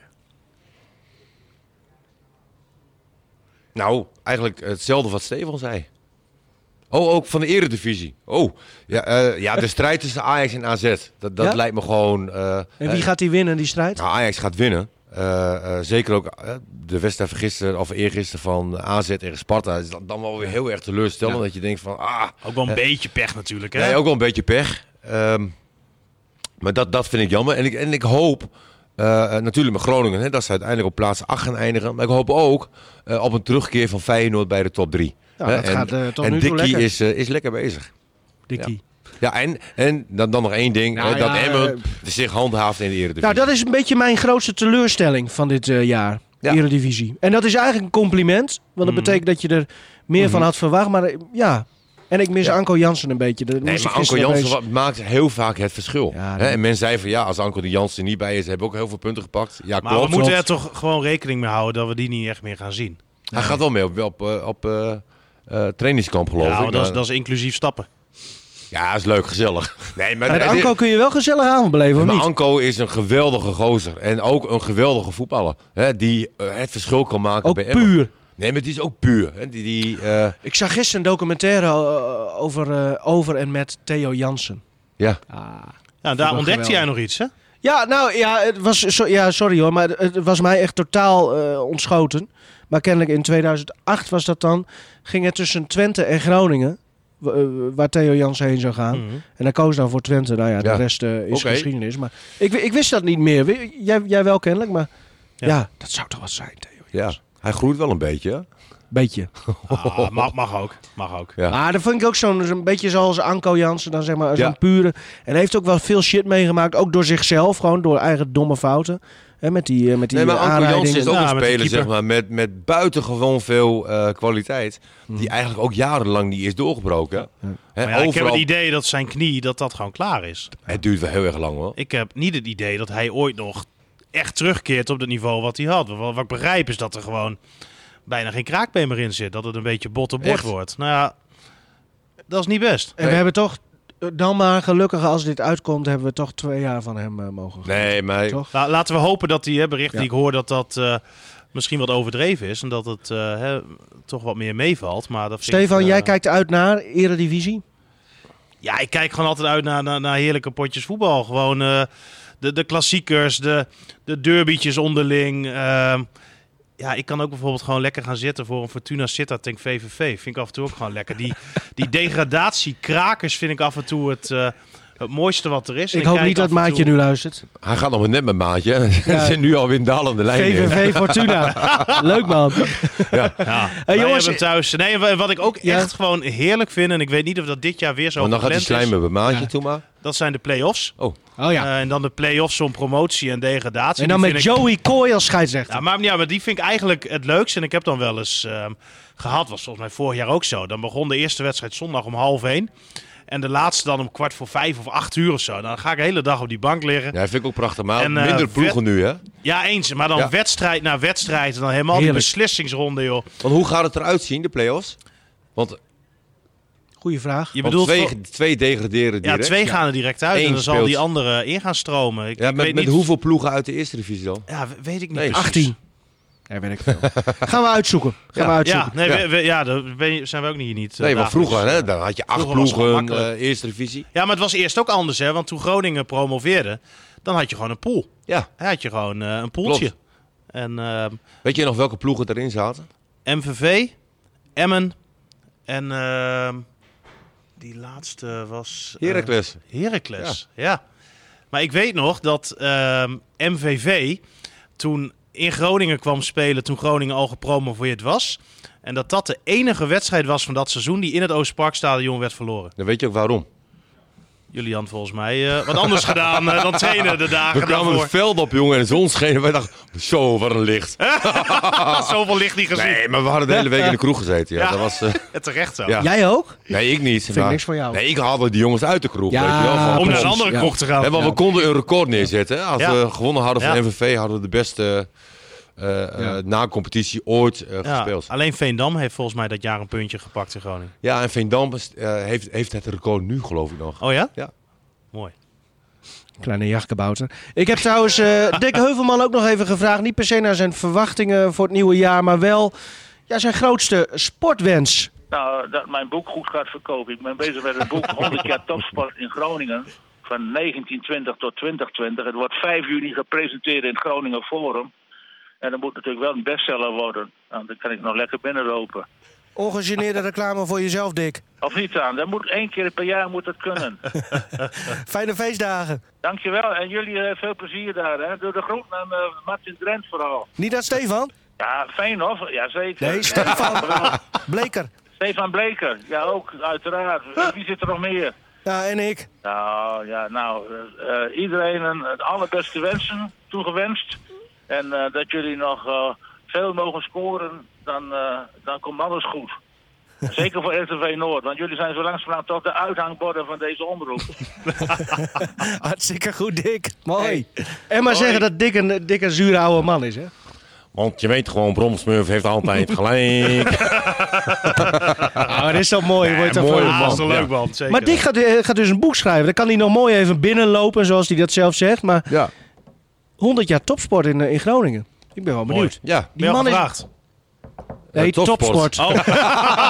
C: Nou, eigenlijk hetzelfde wat Stefan zei. Oh, ook van de Eredivisie. Oh, ja, de strijd tussen Ajax en AZ. Dat lijkt me gewoon...
A: En wie gaat die winnen, die strijd?
C: Nou, Ajax gaat winnen. Zeker ook de wedstrijd van gisteren of eergisteren van AZ tegen Sparta. Is dan wel weer heel erg teleurstellend. Dat je denkt van...
B: ook wel een beetje pech natuurlijk, hè?
C: Nee, ook wel een beetje pech. Maar dat vind ik jammer. En ik hoop... natuurlijk met Groningen, dat ze uiteindelijk op plaats 8 gaan eindigen. Maar ik hoop ook op een terugkeer van Feyenoord bij de top 3.
A: Ja, dat gaat tot nu toe
C: Dickie
A: lekker.
C: is lekker bezig.
A: Dickie.
C: Ja, en dan nog één ding.
A: Nou,
C: dat Emmen zich handhaaft in de Eredivisie.
A: Nou, dat is een beetje mijn grootste teleurstelling van dit jaar.
C: Ja.
A: Eredivisie. En dat is eigenlijk een compliment. Want dat betekent dat je er meer van had verwacht. Maar ja... En ik mis Anko Jansen een beetje.
C: Nee, maar Anko Jansen maakt heel vaak het verschil.
A: Ja,
C: En men zei van ja, als Anko de Jansen niet bij is, hebben we ook heel veel punten gepakt. Ja,
B: Maar
C: klopt.
B: we moeten er toch gewoon rekening mee houden dat we die niet echt meer gaan zien.
C: Hij gaat wel mee op trainingskamp, geloof
B: Ja,
C: ik.
B: dat is inclusief stappen.
C: Ja, is leuk, gezellig. Nee, maar
A: Met Anko kun je wel gezellig avond beleven, of
C: maar
A: niet?
C: Anko is een geweldige gozer. En ook een geweldige voetballer. Die het verschil kan maken
A: Ook
C: bij Emmen.
A: puur.
C: Nee, maar die is ook puur.
A: Ik zag gisteren een documentaire over en met Theo Jansen.
C: Ja.
B: Ja, daar ontdekte jij nog iets, hè?
A: Ja, nou ja, het was sorry hoor, maar het was mij echt totaal ontschoten. Maar kennelijk in 2008 was dat dan. Ging het tussen Twente en Groningen, waar Theo Jansen heen zou gaan. En hij koos dan voor Twente. Nou ja, de rest is geschiedenis. Maar ik wist dat niet meer. Jij wel kennelijk, maar ja, dat zou toch wat zijn, Theo Jansen.
C: Ja. Hij groeit wel een beetje, hè?
A: Beetje.
B: Mag ook.
C: Ja.
A: Maar dat vind ik ook zo'n beetje zoals Anko Jansen, dan zeg maar zo'n
C: Ja.
A: pure. En hij heeft ook wel veel shit meegemaakt, ook door zichzelf, gewoon door eigen domme fouten. Hè, met die
C: Nee, maar Anko
A: aanrijdingen.
C: Jansen is ook
B: Ja,
C: een
B: met de
C: speler
B: keeper.
C: zeg maar, met buitengewoon veel kwaliteit. Die eigenlijk ook jarenlang niet is doorgebroken. Hè,
B: Maar ja, ik heb
C: overal...
B: het idee dat zijn knie dat gewoon klaar is.
C: Het duurt wel heel erg lang hoor.
B: Ik heb niet het idee dat hij ooit nog echt terugkeert op het niveau wat hij had. Wat ik begrijp is dat er gewoon bijna geen kraakbeen meer in zit. Dat het een beetje bot op bot
C: Echt?
B: wordt. Nou ja, dat is niet best.
A: En we hebben toch, dan maar gelukkig als dit uitkomt, hebben we toch 2 jaar van hem mogen geven.
C: Nee, maar
A: Toch?
B: Laten we hopen dat die bericht
A: Ja.
B: die ik hoor dat misschien wat overdreven is. En dat het toch wat meer meevalt. Maar dat vind
A: Stefan,
B: ik,
A: jij kijkt uit naar Eredivisie?
B: Ja, ik kijk gewoon altijd uit naar heerlijke potjes voetbal. Gewoon de klassiekers, de derbytjes onderling. Ja, ik kan ook bijvoorbeeld gewoon lekker gaan zitten voor een Fortuna Sittard tegen VVV. Vind ik af en toe ook gewoon lekker. Die degradatiekrakers vind ik af en toe het mooiste wat er is. En
A: Ik hoop
B: kijk
A: niet dat
B: af en
A: Maatje
B: toe-
A: nu luistert.
C: hij gaat nog maar net met Maatje. Ze zijn nu alweer in dalende lijn.
A: VVV Fortuna. Leuk man.
B: Ja, wij
A: jongens,
B: hebben thuis. Nee, en wat ik ook
A: Ja.
B: echt gewoon heerlijk vind, en ik weet niet of dat dit jaar weer zo
C: Want dan gaat hij
B: gepland is,
C: slijmen bij Maatje
A: Ja.
C: toe maar.
B: dat zijn de play-offs.
A: Oh ja.
B: En dan de play-offs om promotie en degradatie.
A: En dan
B: Die
A: met
B: vind ik-
A: Joey Kooi als scheidsrechter.
B: Ja, maar die vind ik eigenlijk het leukste. En ik heb dan wel eens gehad, was volgens mij vorig jaar ook zo. Dan begon de eerste wedstrijd zondag om 12:30. En de laatste dan om 4:45 of 8 of zo. Dan ga ik de hele dag op die bank liggen.
C: Ja, dat vind ik ook prachtig. Maar
B: En,
C: minder ploegen nu hè.
B: Ja, eens. Maar dan
C: Ja.
B: wedstrijd na wedstrijd. En dan helemaal
A: Heerlijk.
B: die beslissingsronde, joh.
C: Want hoe gaat het eruit zien, de play-offs? Want,
A: Goeie vraag.
B: Je
C: want
B: bedoelt...
C: twee degraderen
B: ja,
C: direct.
B: 2 gaan er direct uit.
C: Eén
B: En dan zal
C: speelt.
B: die andere in gaan stromen. Ik
C: Ja,
B: weet
C: met
B: niet...
C: hoeveel ploegen uit de eerste divisie dan?
B: Ja, weet ik niet
C: Nee.
B: precies.
A: 18. Ja, weet ik veel. Gaan we uitzoeken.
C: Ja.
B: Ja, nee,
C: Ja.
B: daar zijn we ook niet.
C: Nee, maar
B: dagelijks.
C: vroeger hè, dan had je 8
B: Vroeger was het
C: ploegen,
B: makkelijk.
C: eerste divisie.
B: Ja, maar het was eerst ook anders, hè. Want toen Groningen promoveerde, dan had je gewoon een pool.
C: Ja,
B: Dan had je gewoon een poeltje.
C: Klopt.
B: En
C: weet je nog welke ploegen erin zaten?
B: MVV, Emmen en die laatste was...
C: Heracles.
B: Heracles, ja. Maar ik weet nog dat MVV toen in Groningen kwam spelen, toen Groningen al gepromoveerd was. En dat de enige wedstrijd was van dat seizoen die in het Oosterparkstadion werd verloren.
C: Dan weet je ook waarom.
B: Jullie hadden volgens mij wat anders gedaan dan trainen de
C: We
B: dagen
C: kwamen
B: daarvoor.
C: het veld op, jongen, en de zon scheen. En wij dachten, zo, wat een licht.
B: Zoveel licht niet gezien.
C: Nee, maar we hadden de hele week in de kroeg gezeten. Ja.
B: Ja.
C: Dat was,
B: Terecht zo.
C: Ja.
A: Jij ook?
C: nee, ik niet.
A: Vind ik niks voor jou.
C: Nee, ik haalde die jongens uit de kroeg.
A: Ja,
C: weet je wel, van,
B: Om naar
A: precies,
B: een andere
A: ja.
B: kroeg te gaan.
C: Hè, want we konden een record neerzetten. Hè. Als
B: Ja.
C: we gewonnen hadden van
B: Ja.
C: MVV, hadden we de beste na-competitie ooit
B: Ja,
C: gespeeld.
B: alleen Veendam heeft volgens mij dat jaar een puntje gepakt in Groningen.
C: Ja, en Veendam heeft het record nu, geloof ik nog.
B: Oh ja?
C: Ja.
B: Mooi.
A: Kleine jachtkabouter. Ik heb trouwens Dick Heuvelman ook nog even gevraagd. Niet per se naar zijn verwachtingen voor het nieuwe jaar, maar wel zijn grootste sportwens.
E: Nou, dat mijn boek goed gaat verkopen. Ik ben bezig met het boek 100 jaar topsport in Groningen. Van 1920 tot 2020. Het wordt 5 juli gepresenteerd in het Groningen Forum. En dat moet natuurlijk wel een bestseller worden. Nou, dan kan ik nog lekker binnenlopen.
A: Ongegeneerde reclame voor jezelf, Dick.
E: Of niet aan. Dat moet 1 keer per jaar moet het kunnen.
A: Fijne feestdagen.
E: Dankjewel. En jullie veel plezier daar. Hè. Doe de groet aan Martin Drent vooral.
A: Niet aan Stefan?
E: Ja, Feyenoord. Ja, zeker.
A: Nee, Stefan. Bleker.
E: Stefan Bleker. Ja, ook, uiteraard. Wie zit er nog meer?
A: Ja, en ik.
E: Iedereen het allerbeste wensen toegewenst. En dat jullie nog veel mogen scoren, dan komt alles goed. Zeker voor RTV Noord, want jullie zijn zo langzamerhand toch de uithangborden van deze omroep.
A: Hartstikke goed, Dick. Mooi. En maar zeggen dat Dick een zure oude man is, hè?
C: Want je weet gewoon, Bromsmurf heeft altijd gelijk.
A: Nou, dat is zo mooi. Wordt
C: mooi,
A: voor
C: man.
B: Ah, dat is een leuk
C: Ja.
B: band, zeker.
A: Maar Dick gaat dus een boek schrijven. Dan kan hij nog mooi even binnenlopen, zoals hij dat zelf zegt. Maar
C: Ja.
A: 100 jaar topsport in Groningen. Ik ben wel benieuwd.
C: Ja.
A: Die
B: Ben je al
A: man is...
B: gevraagd?
A: Nee,
C: Topsport.
A: topsport.
B: Oh.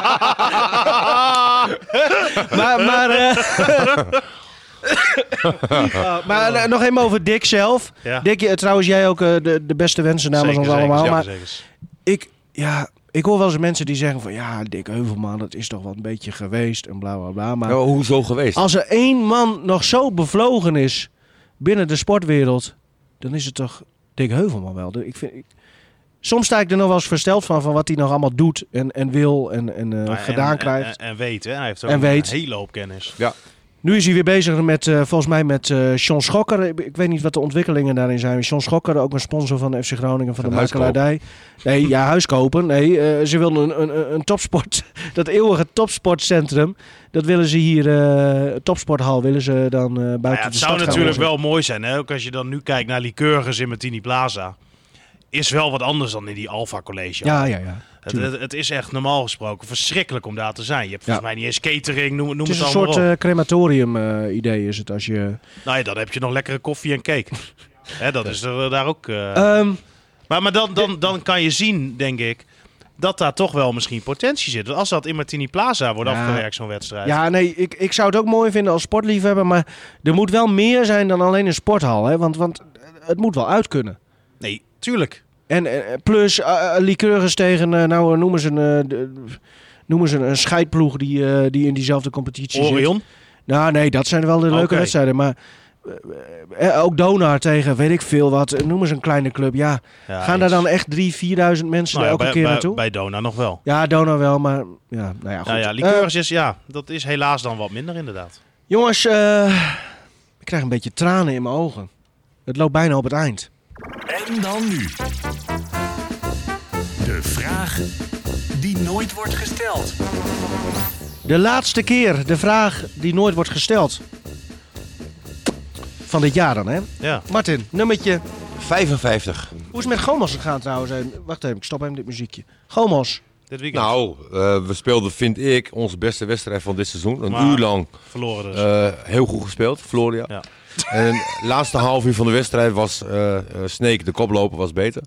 A: Maar nog even over Dick zelf.
B: Ja.
A: Dick, trouwens jij ook de beste wensen namens ons allemaal.
B: Zeker,
A: Maar
B: zeker.
A: ik hoor wel eens mensen die zeggen van... Ja, Dick Heuvelman, dat is toch wel een beetje geweest en bla bla bla. Maar
C: Ja, hoezo geweest?
A: als er één man nog zo bevlogen is binnen de sportwereld... dan is het toch Dick Heuvelman wel. Soms sta ik er nog wel eens versteld van wat hij nog allemaal doet en wil en gedaan krijgt.
B: En weet, hè? Hij heeft ook
A: En
B: een
A: weet.
B: hele hoop kennis.
C: Ja.
A: Nu is hij weer bezig met, volgens mij met John Schokker. Ik weet niet wat de ontwikkelingen daarin zijn. John Schokker, ook een sponsor van de FC Groningen, van de makelaardij. Nee, ja, huis kopen. Nee, ze wilden een topsport, dat eeuwige topsportcentrum. Dat willen ze hier, topsporthal, willen ze dan buiten de stad gaan.
B: Het zou natuurlijk wel mooi zijn, hè? Ook als je dan nu kijkt naar Lycurgus in Martini Plaza. Is wel wat anders dan in die Alpha College.
A: Ja.
B: Het is echt normaal gesproken verschrikkelijk om daar te zijn. Je hebt volgens mij niet eens catering, noem
A: Het is
B: het
A: een
B: allemaal
A: soort
B: op.
A: crematorium idee is het als je...
B: Nou ja, dan heb je nog lekkere koffie en cake. Hè, dat is er daar ook... Maar dan kan je zien, denk ik, dat daar toch wel misschien potentie zit. Als dat in Martini Plaza wordt afgewerkt, zo'n wedstrijd.
A: Ja, nee, ik zou het ook mooi vinden als sportliefhebber, maar er moet wel meer zijn dan alleen een sporthal. Hè? Want het moet wel uit kunnen.
B: Nee, tuurlijk.
A: En plus Lycurgus tegen, noemen ze een scheidploeg die in diezelfde competitie
B: Orion?
A: zit. Nou nee, dat zijn wel de leuke wedstrijden. Maar ook Donar tegen weet ik veel wat. Noemen ze een kleine club. Ja, gaan daar dan echt 3.000-4.000 mensen elke keer naartoe?
B: Bij Donar nog wel.
A: Ja, Donar wel, maar ja, nou ja, goed.
B: Ja, Lycurgus dat is helaas dan wat minder inderdaad.
A: Jongens, ik krijg een beetje tranen in mijn ogen. Het loopt bijna op het eind.
D: En dan nu. De vraag die nooit wordt gesteld.
A: De laatste keer de vraag die nooit wordt gesteld. Van dit jaar dan, hè?
B: Ja.
A: Martin, nummertje.
C: 55.
A: Hoe is het met Gomos gegaan trouwens? Wacht even, ik stop even dit muziekje. Gomos.
B: Dit weekend.
C: Nou, we speelden, vind ik, onze beste wedstrijd van dit seizoen. Een
B: Maar
C: uur lang
B: verloren dus.
C: heel goed gespeeld, verloren ja. En het laatste half uur van de wedstrijd was Sneek, de koploper, was beter.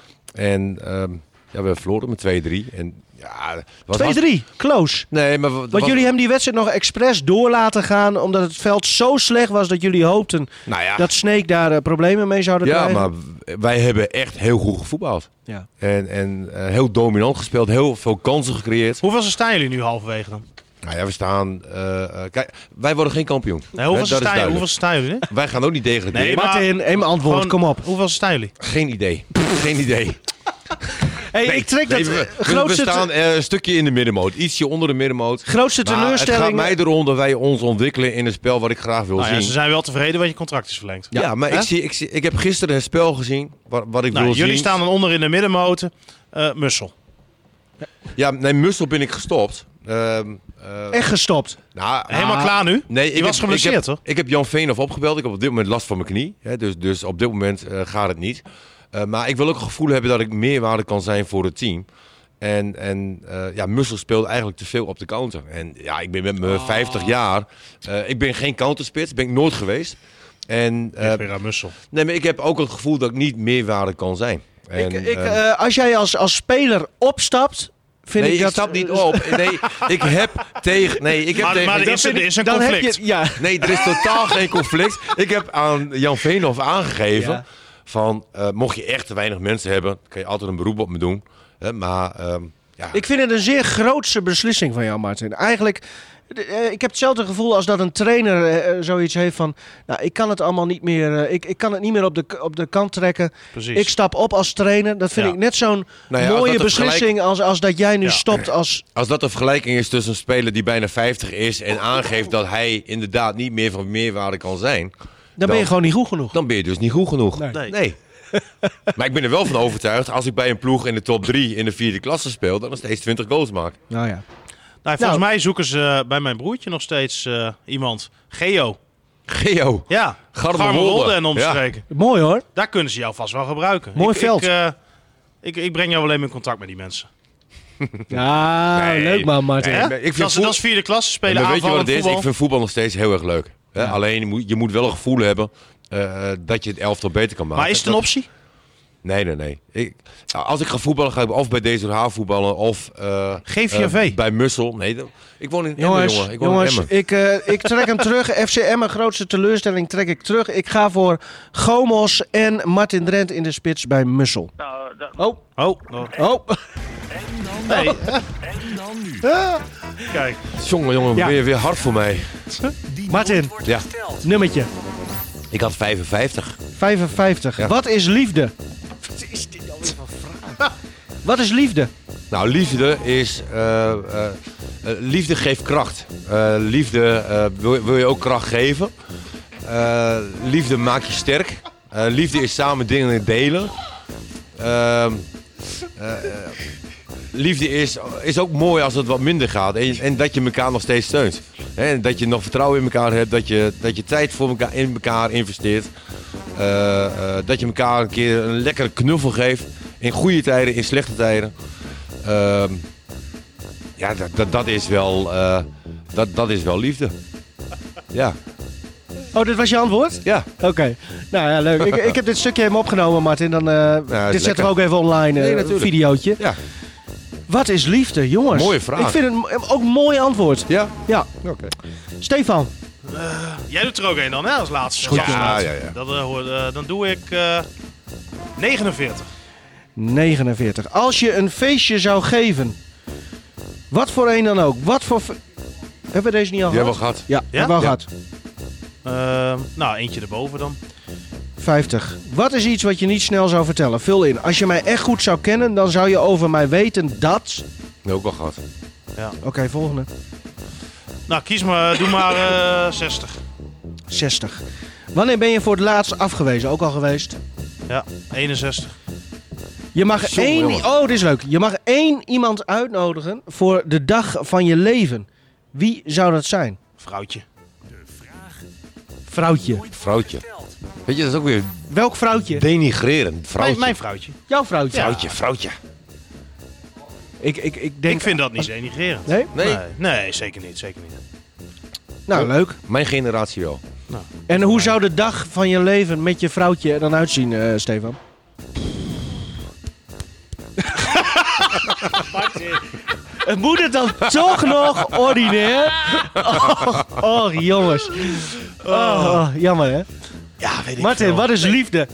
C: En we hebben verloren met 2-3. En ja,
A: 2-3, close.
C: Nee, maar
A: Want jullie hebben die wedstrijd nog expres door laten gaan, omdat het veld zo slecht was dat jullie hoopten dat Sneek daar problemen mee zouden krijgen.
C: Ja, maar wij hebben echt heel goed gevoetbald.
A: Ja.
C: En heel dominant gespeeld, heel veel kansen gecreëerd.
B: Hoeveel staan jullie nu halverwege dan?
C: Nou ja, we staan... kijk, wij worden geen kampioen.
B: Nee, hoeveel staan jullie?
C: Wij gaan ook niet degraderen.
B: Nee,
A: Martin, even antwoord,
B: gewoon,
A: kom op.
B: Hoeveel staan jullie?
C: Geen idee. Geen idee.
A: Hey, ik trek dat
C: we staan een stukje in de middenmoot. Ietsje onder de middenmoot.
A: Grootste teleurstelling...
C: Het gaat mij erom dat wij ons ontwikkelen in een spel wat ik graag wil zien.
B: Ze zijn wel tevreden dat je contract is verlengd.
C: Ja, maar ik heb gisteren een spel gezien wat ik wil zien.
B: Jullie staan dan onder in de middenmoot. Mussel.
C: Ja, nee, Mussel ben ik gestopt.
A: Echt gestopt?
B: Nou, helemaal klaar nu?
C: Nee,
B: je was geblesseerd, toch?
C: Ik heb Jan Veenhoff opgebeld. Ik heb op dit moment last van mijn knie. Hè, dus op dit moment gaat het niet. Maar ik wil ook het gevoel hebben dat ik meerwaarde kan zijn voor het team. En Mussel speelt eigenlijk te veel op de counter. En ja, ik ben met mijn 50 jaar. Ik ben geen counterspits. Ben ik nooit geweest. En
B: weer aan Mussel.
C: Nee, maar ik heb ook het gevoel dat ik niet meerwaarde kan zijn. En,
A: als jij als speler opstapt...
C: Nee, ik stap niet op. Nee, ik heb tegen... Nee, ik heb
B: maar
C: tegen...
B: er is een conflict.
C: Nee, er is totaal geen conflict. Ik heb aan Jan Veenhoff aangegeven... van mocht je echt te weinig mensen hebben... kan je altijd een beroep op me doen. Maar
A: ik vind het een zeer grootse beslissing van jou, Martin. Eigenlijk... Ik heb hetzelfde gevoel als dat een trainer zoiets heeft van... Nou, ik kan het allemaal niet meer... Ik kan het niet meer op de kant trekken.
B: Precies.
A: Ik stap op als trainer. Dat vind ik net zo'n mooie beslissing als dat jij nu stopt als...
C: Als dat een vergelijking is tussen een speler die bijna 50 is... en aangeeft dat hij inderdaad niet meer van meerwaarde kan zijn...
A: Dan ben je gewoon niet goed genoeg.
C: Dan ben je dus niet goed genoeg.
B: Nee.
C: Maar ik ben er wel van overtuigd... als ik bij een ploeg in de top 3 in de 4e klasse speel... dan nog steeds 20 goals maak.
A: Nou ja.
B: Nou, volgens mij zoeken ze bij mijn broertje nog steeds iemand. Geo. Ja, Garmerwolde en omstreken.
A: Ja. Mooi hoor.
B: Daar kunnen ze jou vast wel gebruiken.
A: Mooi veld.
B: Ik breng jou wel even in contact met die mensen.
A: Ja, leuk man, Martin.
B: Dat is 4e klasse spelen,
C: weet je wat het is?
B: voetbal.
C: Ik vind voetbal nog steeds heel erg leuk. Ja. Alleen, je moet wel een gevoel hebben dat je het elftal beter kan maken.
B: Maar is het een optie?
C: Nee. Als ik ga voetballen, ga ik of bij DZH voetballen of
B: GVV.
C: bij Mussel. Nee, ik woon in
A: jongens,
C: Emmen, jongen.
A: Ik trek hem terug. FC Emmen, grootste teleurstelling, trek ik terug. Ik ga voor Gomos en Martin Drent in de spits bij Mussel.
B: Oh.
D: En dan nu.
B: Kijk.
C: Jongen, ben je weer hard voor mij.
A: Martin, nummertje.
C: Ik had 55.
A: 55. Ja. Wat is liefde?
C: Wat is dit nou weer voor vraag?
A: Wat is liefde?
C: Nou, liefde is... liefde geeft kracht. Liefde wil je ook kracht geven. Liefde maakt je sterk. Liefde is samen dingen delen. Liefde is ook mooi als het wat minder gaat. En dat je elkaar nog steeds steunt. En dat je nog vertrouwen in elkaar hebt. Dat je tijd voor elkaar, in elkaar investeert. Dat je elkaar een keer een lekkere knuffel geeft. In goede tijden, in slechte tijden. Ja, dat is wel liefde. Ja.
A: Oh, dit was je antwoord?
C: Ja.
A: Oké. Nou ja, leuk. Ik heb dit stukje helemaal opgenomen, Martin. Dan, dit zetten we ook even online, een videootje.
C: Ja.
A: Wat is liefde, jongens?
C: Mooie vraag.
A: Ik vind het ook een mooi antwoord.
C: Ja?
A: Ja.
C: Oké.
A: Stefan.
B: Jij doet er ook een dan, hè, als laatste.
A: Goed,
C: ja.
B: Dan doe ik 49.
A: 49. Als je een feestje zou geven, wat voor een dan ook, wat voor... Hebben we deze niet al
C: Die
A: gehad?
C: hebben we gehad.
A: Ja, hebben we al gehad.
B: Nou, eentje erboven dan.
A: 50. Wat is iets wat je niet snel zou vertellen? Vul in. Als je mij echt goed zou kennen, dan zou je over mij weten dat...
C: Ook al gehad.
B: Ja.
A: Oké, volgende.
B: Nou, kies maar, doe maar 60.
A: 60. Wanneer ben je voor het laatst afgewezen? Ook al geweest?
B: Ja, 61.
A: Je mag
C: jongen.
A: Oh, dit is leuk. Je mag 1 iemand uitnodigen voor de dag van je leven. Wie zou dat zijn?
B: Vrouwtje.
A: Vrouwtje.
C: Vrouwtje. Weet je, dat is ook weer
A: Welk vrouwtje?
C: denigrerend. Vrouwtje.
B: Mijn vrouwtje.
A: Jouw vrouwtje.
B: Ja.
C: Vrouwtje.
A: Ik denk...
B: Ik vind dat niet denigrerend.
A: Nee?
B: Nee, zeker niet. Zeker niet.
A: Nou, leuk.
C: Mijn generatie wel.
A: En hoe zou de dag van je leven met je vrouwtje er dan uitzien, Stefan? Het moet het dan toch nog ordinair? Oh, jongens. Oh, jammer, hè?
B: Ja, weet ik
A: Martin,
B: veel.
A: wat is liefde?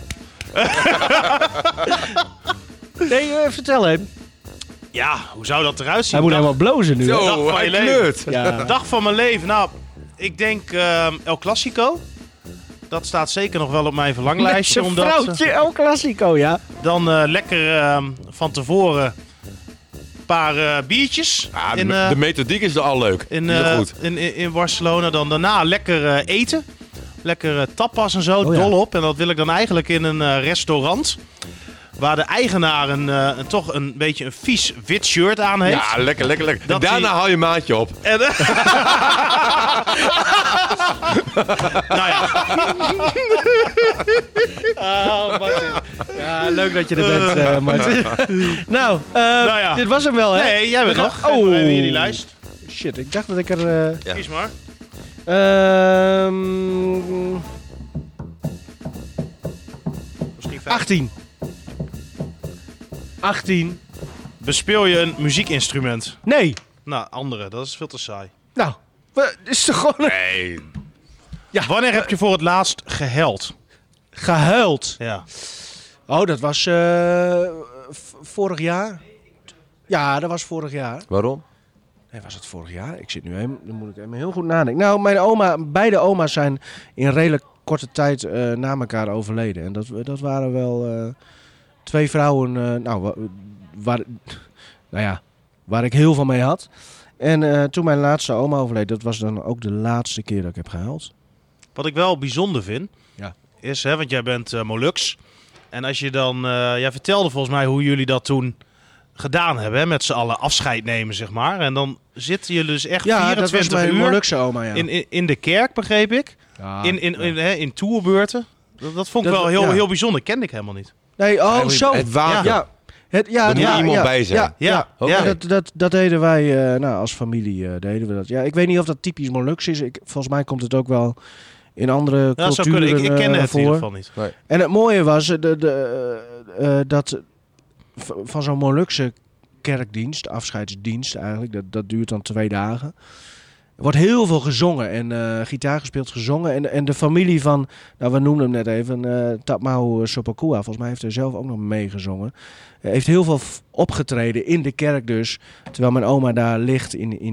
A: Nee, vertel hem.
B: Ja, hoe zou dat eruit zien?
A: Hij moet helemaal blozen nu. hè?
B: Dag van
C: hij
B: je leven.
C: kleurt.
A: Ja.
B: Dag van mijn leven. Nou, ik denk El Clasico. Dat staat zeker nog wel op mijn verlanglijstje.
A: Met
B: Omdat
A: zijn vrouwtje, El Clasico, ja.
B: dan lekker van tevoren een paar biertjes.
C: Ja,
B: in,
C: de methodiek is er al leuk.
B: in,
C: Heel goed.
B: in Barcelona. Dan daarna lekker eten. Lekker tapas en zo,
A: Oh ja.
B: dol op. En dat wil ik dan eigenlijk in een restaurant. Waar de eigenaar toch een beetje een vies wit shirt aan heeft.
C: Ja, lekker. En
B: Dat
C: daarna haal je maatje op.
B: En, nou ja.
A: Oh, Martin. Ja, leuk dat je er bent, Martin. Nou,
B: ja.
A: dit was hem wel, hè?
B: Nee, jij bent
A: We
B: nog.
A: gaan-
B: Oh.
A: Oh.
B: Even hier die lijst.
A: Shit, ik dacht dat ik er...
C: Ja.
B: Kies maar. Misschien
A: 18. 18.
B: Bespeel je een muziekinstrument?
A: Nee.
B: Nou, andere. Dat is veel te saai.
A: Nou, is toch gewoon
C: Nee.
B: Wanneer heb je voor het laatst gehuild?
A: gehuild?
B: Ja.
A: Oh, dat was vorig jaar. Ja, dat was vorig jaar.
C: Waarom?
A: Nee, was het vorig jaar? Ik zit nu even, dan moet ik even heel goed nadenken. Nou, beide oma's zijn in redelijk korte tijd na elkaar overleden. En dat waren wel 2 vrouwen waar ik heel veel mee had. En toen mijn laatste oma overleed, dat was dan ook de laatste keer dat ik heb gehuild.
B: Wat ik wel bijzonder vind,
A: Ja.
B: is, want jij bent Molux. En als je dan, jij vertelde volgens mij hoe jullie dat toen gedaan hebben, hè, met z'n allen afscheid nemen, zeg maar. En dan zitten jullie dus echt
A: Ja, dat was
B: 24
A: mijn
B: uur
A: Molukse oma, ja.
B: in de kerk, begreep ik.
A: Ja,
B: In tourbeurten. Dat vond ik
A: Dat-
B: wel
A: ja.
B: heel bijzonder. Kende ik helemaal niet.
A: Nee, oh, zo.
C: Het water.
A: Ja. Er
C: moet iemand bij zijn.
A: Ja,
B: Ja.
A: Dat deden wij als familie. Deden we dat. Ja, ik weet niet of dat typisch Molux is. Volgens mij komt het ook wel in andere
B: Ja, dat zou
A: culturen
B: kunnen. Ik kende het in ieder
A: voor.
B: geval niet.
A: En het mooie was dat van zo'n Molukse kerkdienst, afscheidsdienst eigenlijk, dat duurt dan 2 dagen. Er wordt heel veel gezongen en gitaar gespeeld, gezongen. En de familie van, nou we noemden hem net even, Tatmau Sopakua, volgens mij heeft hij zelf ook nog meegezongen. Heeft heel veel opgetreden in de kerk dus, terwijl mijn oma daar ligt in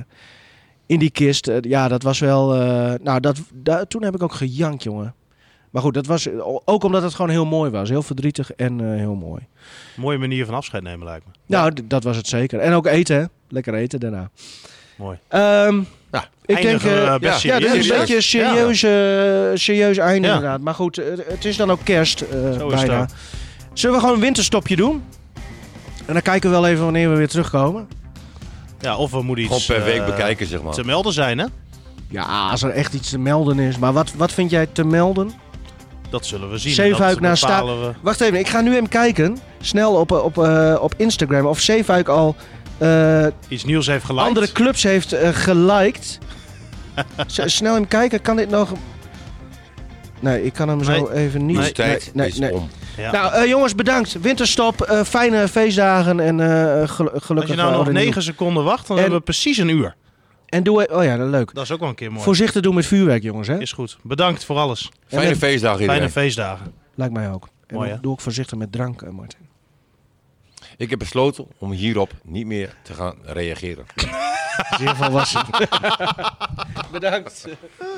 A: die kist. Ja, dat was wel, toen heb ik ook gejankt, jongen. Maar goed, dat was ook omdat het gewoon heel mooi was. Heel verdrietig en heel mooi.
B: Mooie manier van afscheid nemen, lijkt me.
A: Nou, dat was het zeker. En ook eten, hè? Lekker eten daarna.
B: Mooi.
A: Ik denk,
B: best
A: ja, dat is een beetje een serieus einde
B: Ja.
A: inderdaad. Maar goed, het is dan ook kerst
B: Zo is
A: bijna.
B: het ook.
A: Zullen we gewoon een winterstopje doen? En dan kijken we wel even wanneer we weer terugkomen.
B: Ja, of we moeten
C: Gewoon
B: iets
C: per week bekijken, zeg maar.
B: te melden zijn, hè?
A: Ja, als er echt iets te melden is. Maar wat vind jij te melden?
B: Dat zullen we zien.
A: Zeefuik
B: Dat
A: naar
B: bepalen we.
A: Wacht even, ik ga nu even kijken. Snel op Instagram. Of Zeefuik al
B: Iets nieuws heeft geliked.
A: andere clubs heeft geliked. Snel even kijken, kan dit nog... Nee, ik kan hem zo even niet...
C: De tijd is om.
B: Ja.
A: Nou, jongens, bedankt. Winterstop, fijne feestdagen en gelukkig...
B: Als je nou nog 9 seconden wacht, dan hebben we precies een uur.
A: En doe... Oh ja, dat is leuk.
B: Dat is ook wel een keer mooi.
A: Voorzichtig doen met vuurwerk, jongens. Hè?
B: Is goed. Bedankt voor alles.
C: Fijne feestdag iedereen.
B: Fijne feestdagen.
A: Lijkt mij ook. En
B: Mooi,
A: dan
B: hè?
A: doe ik voorzichtig met drank, Martin.
C: Ik heb besloten om hierop niet meer te gaan reageren.
A: Zeer volwassen. Bedankt.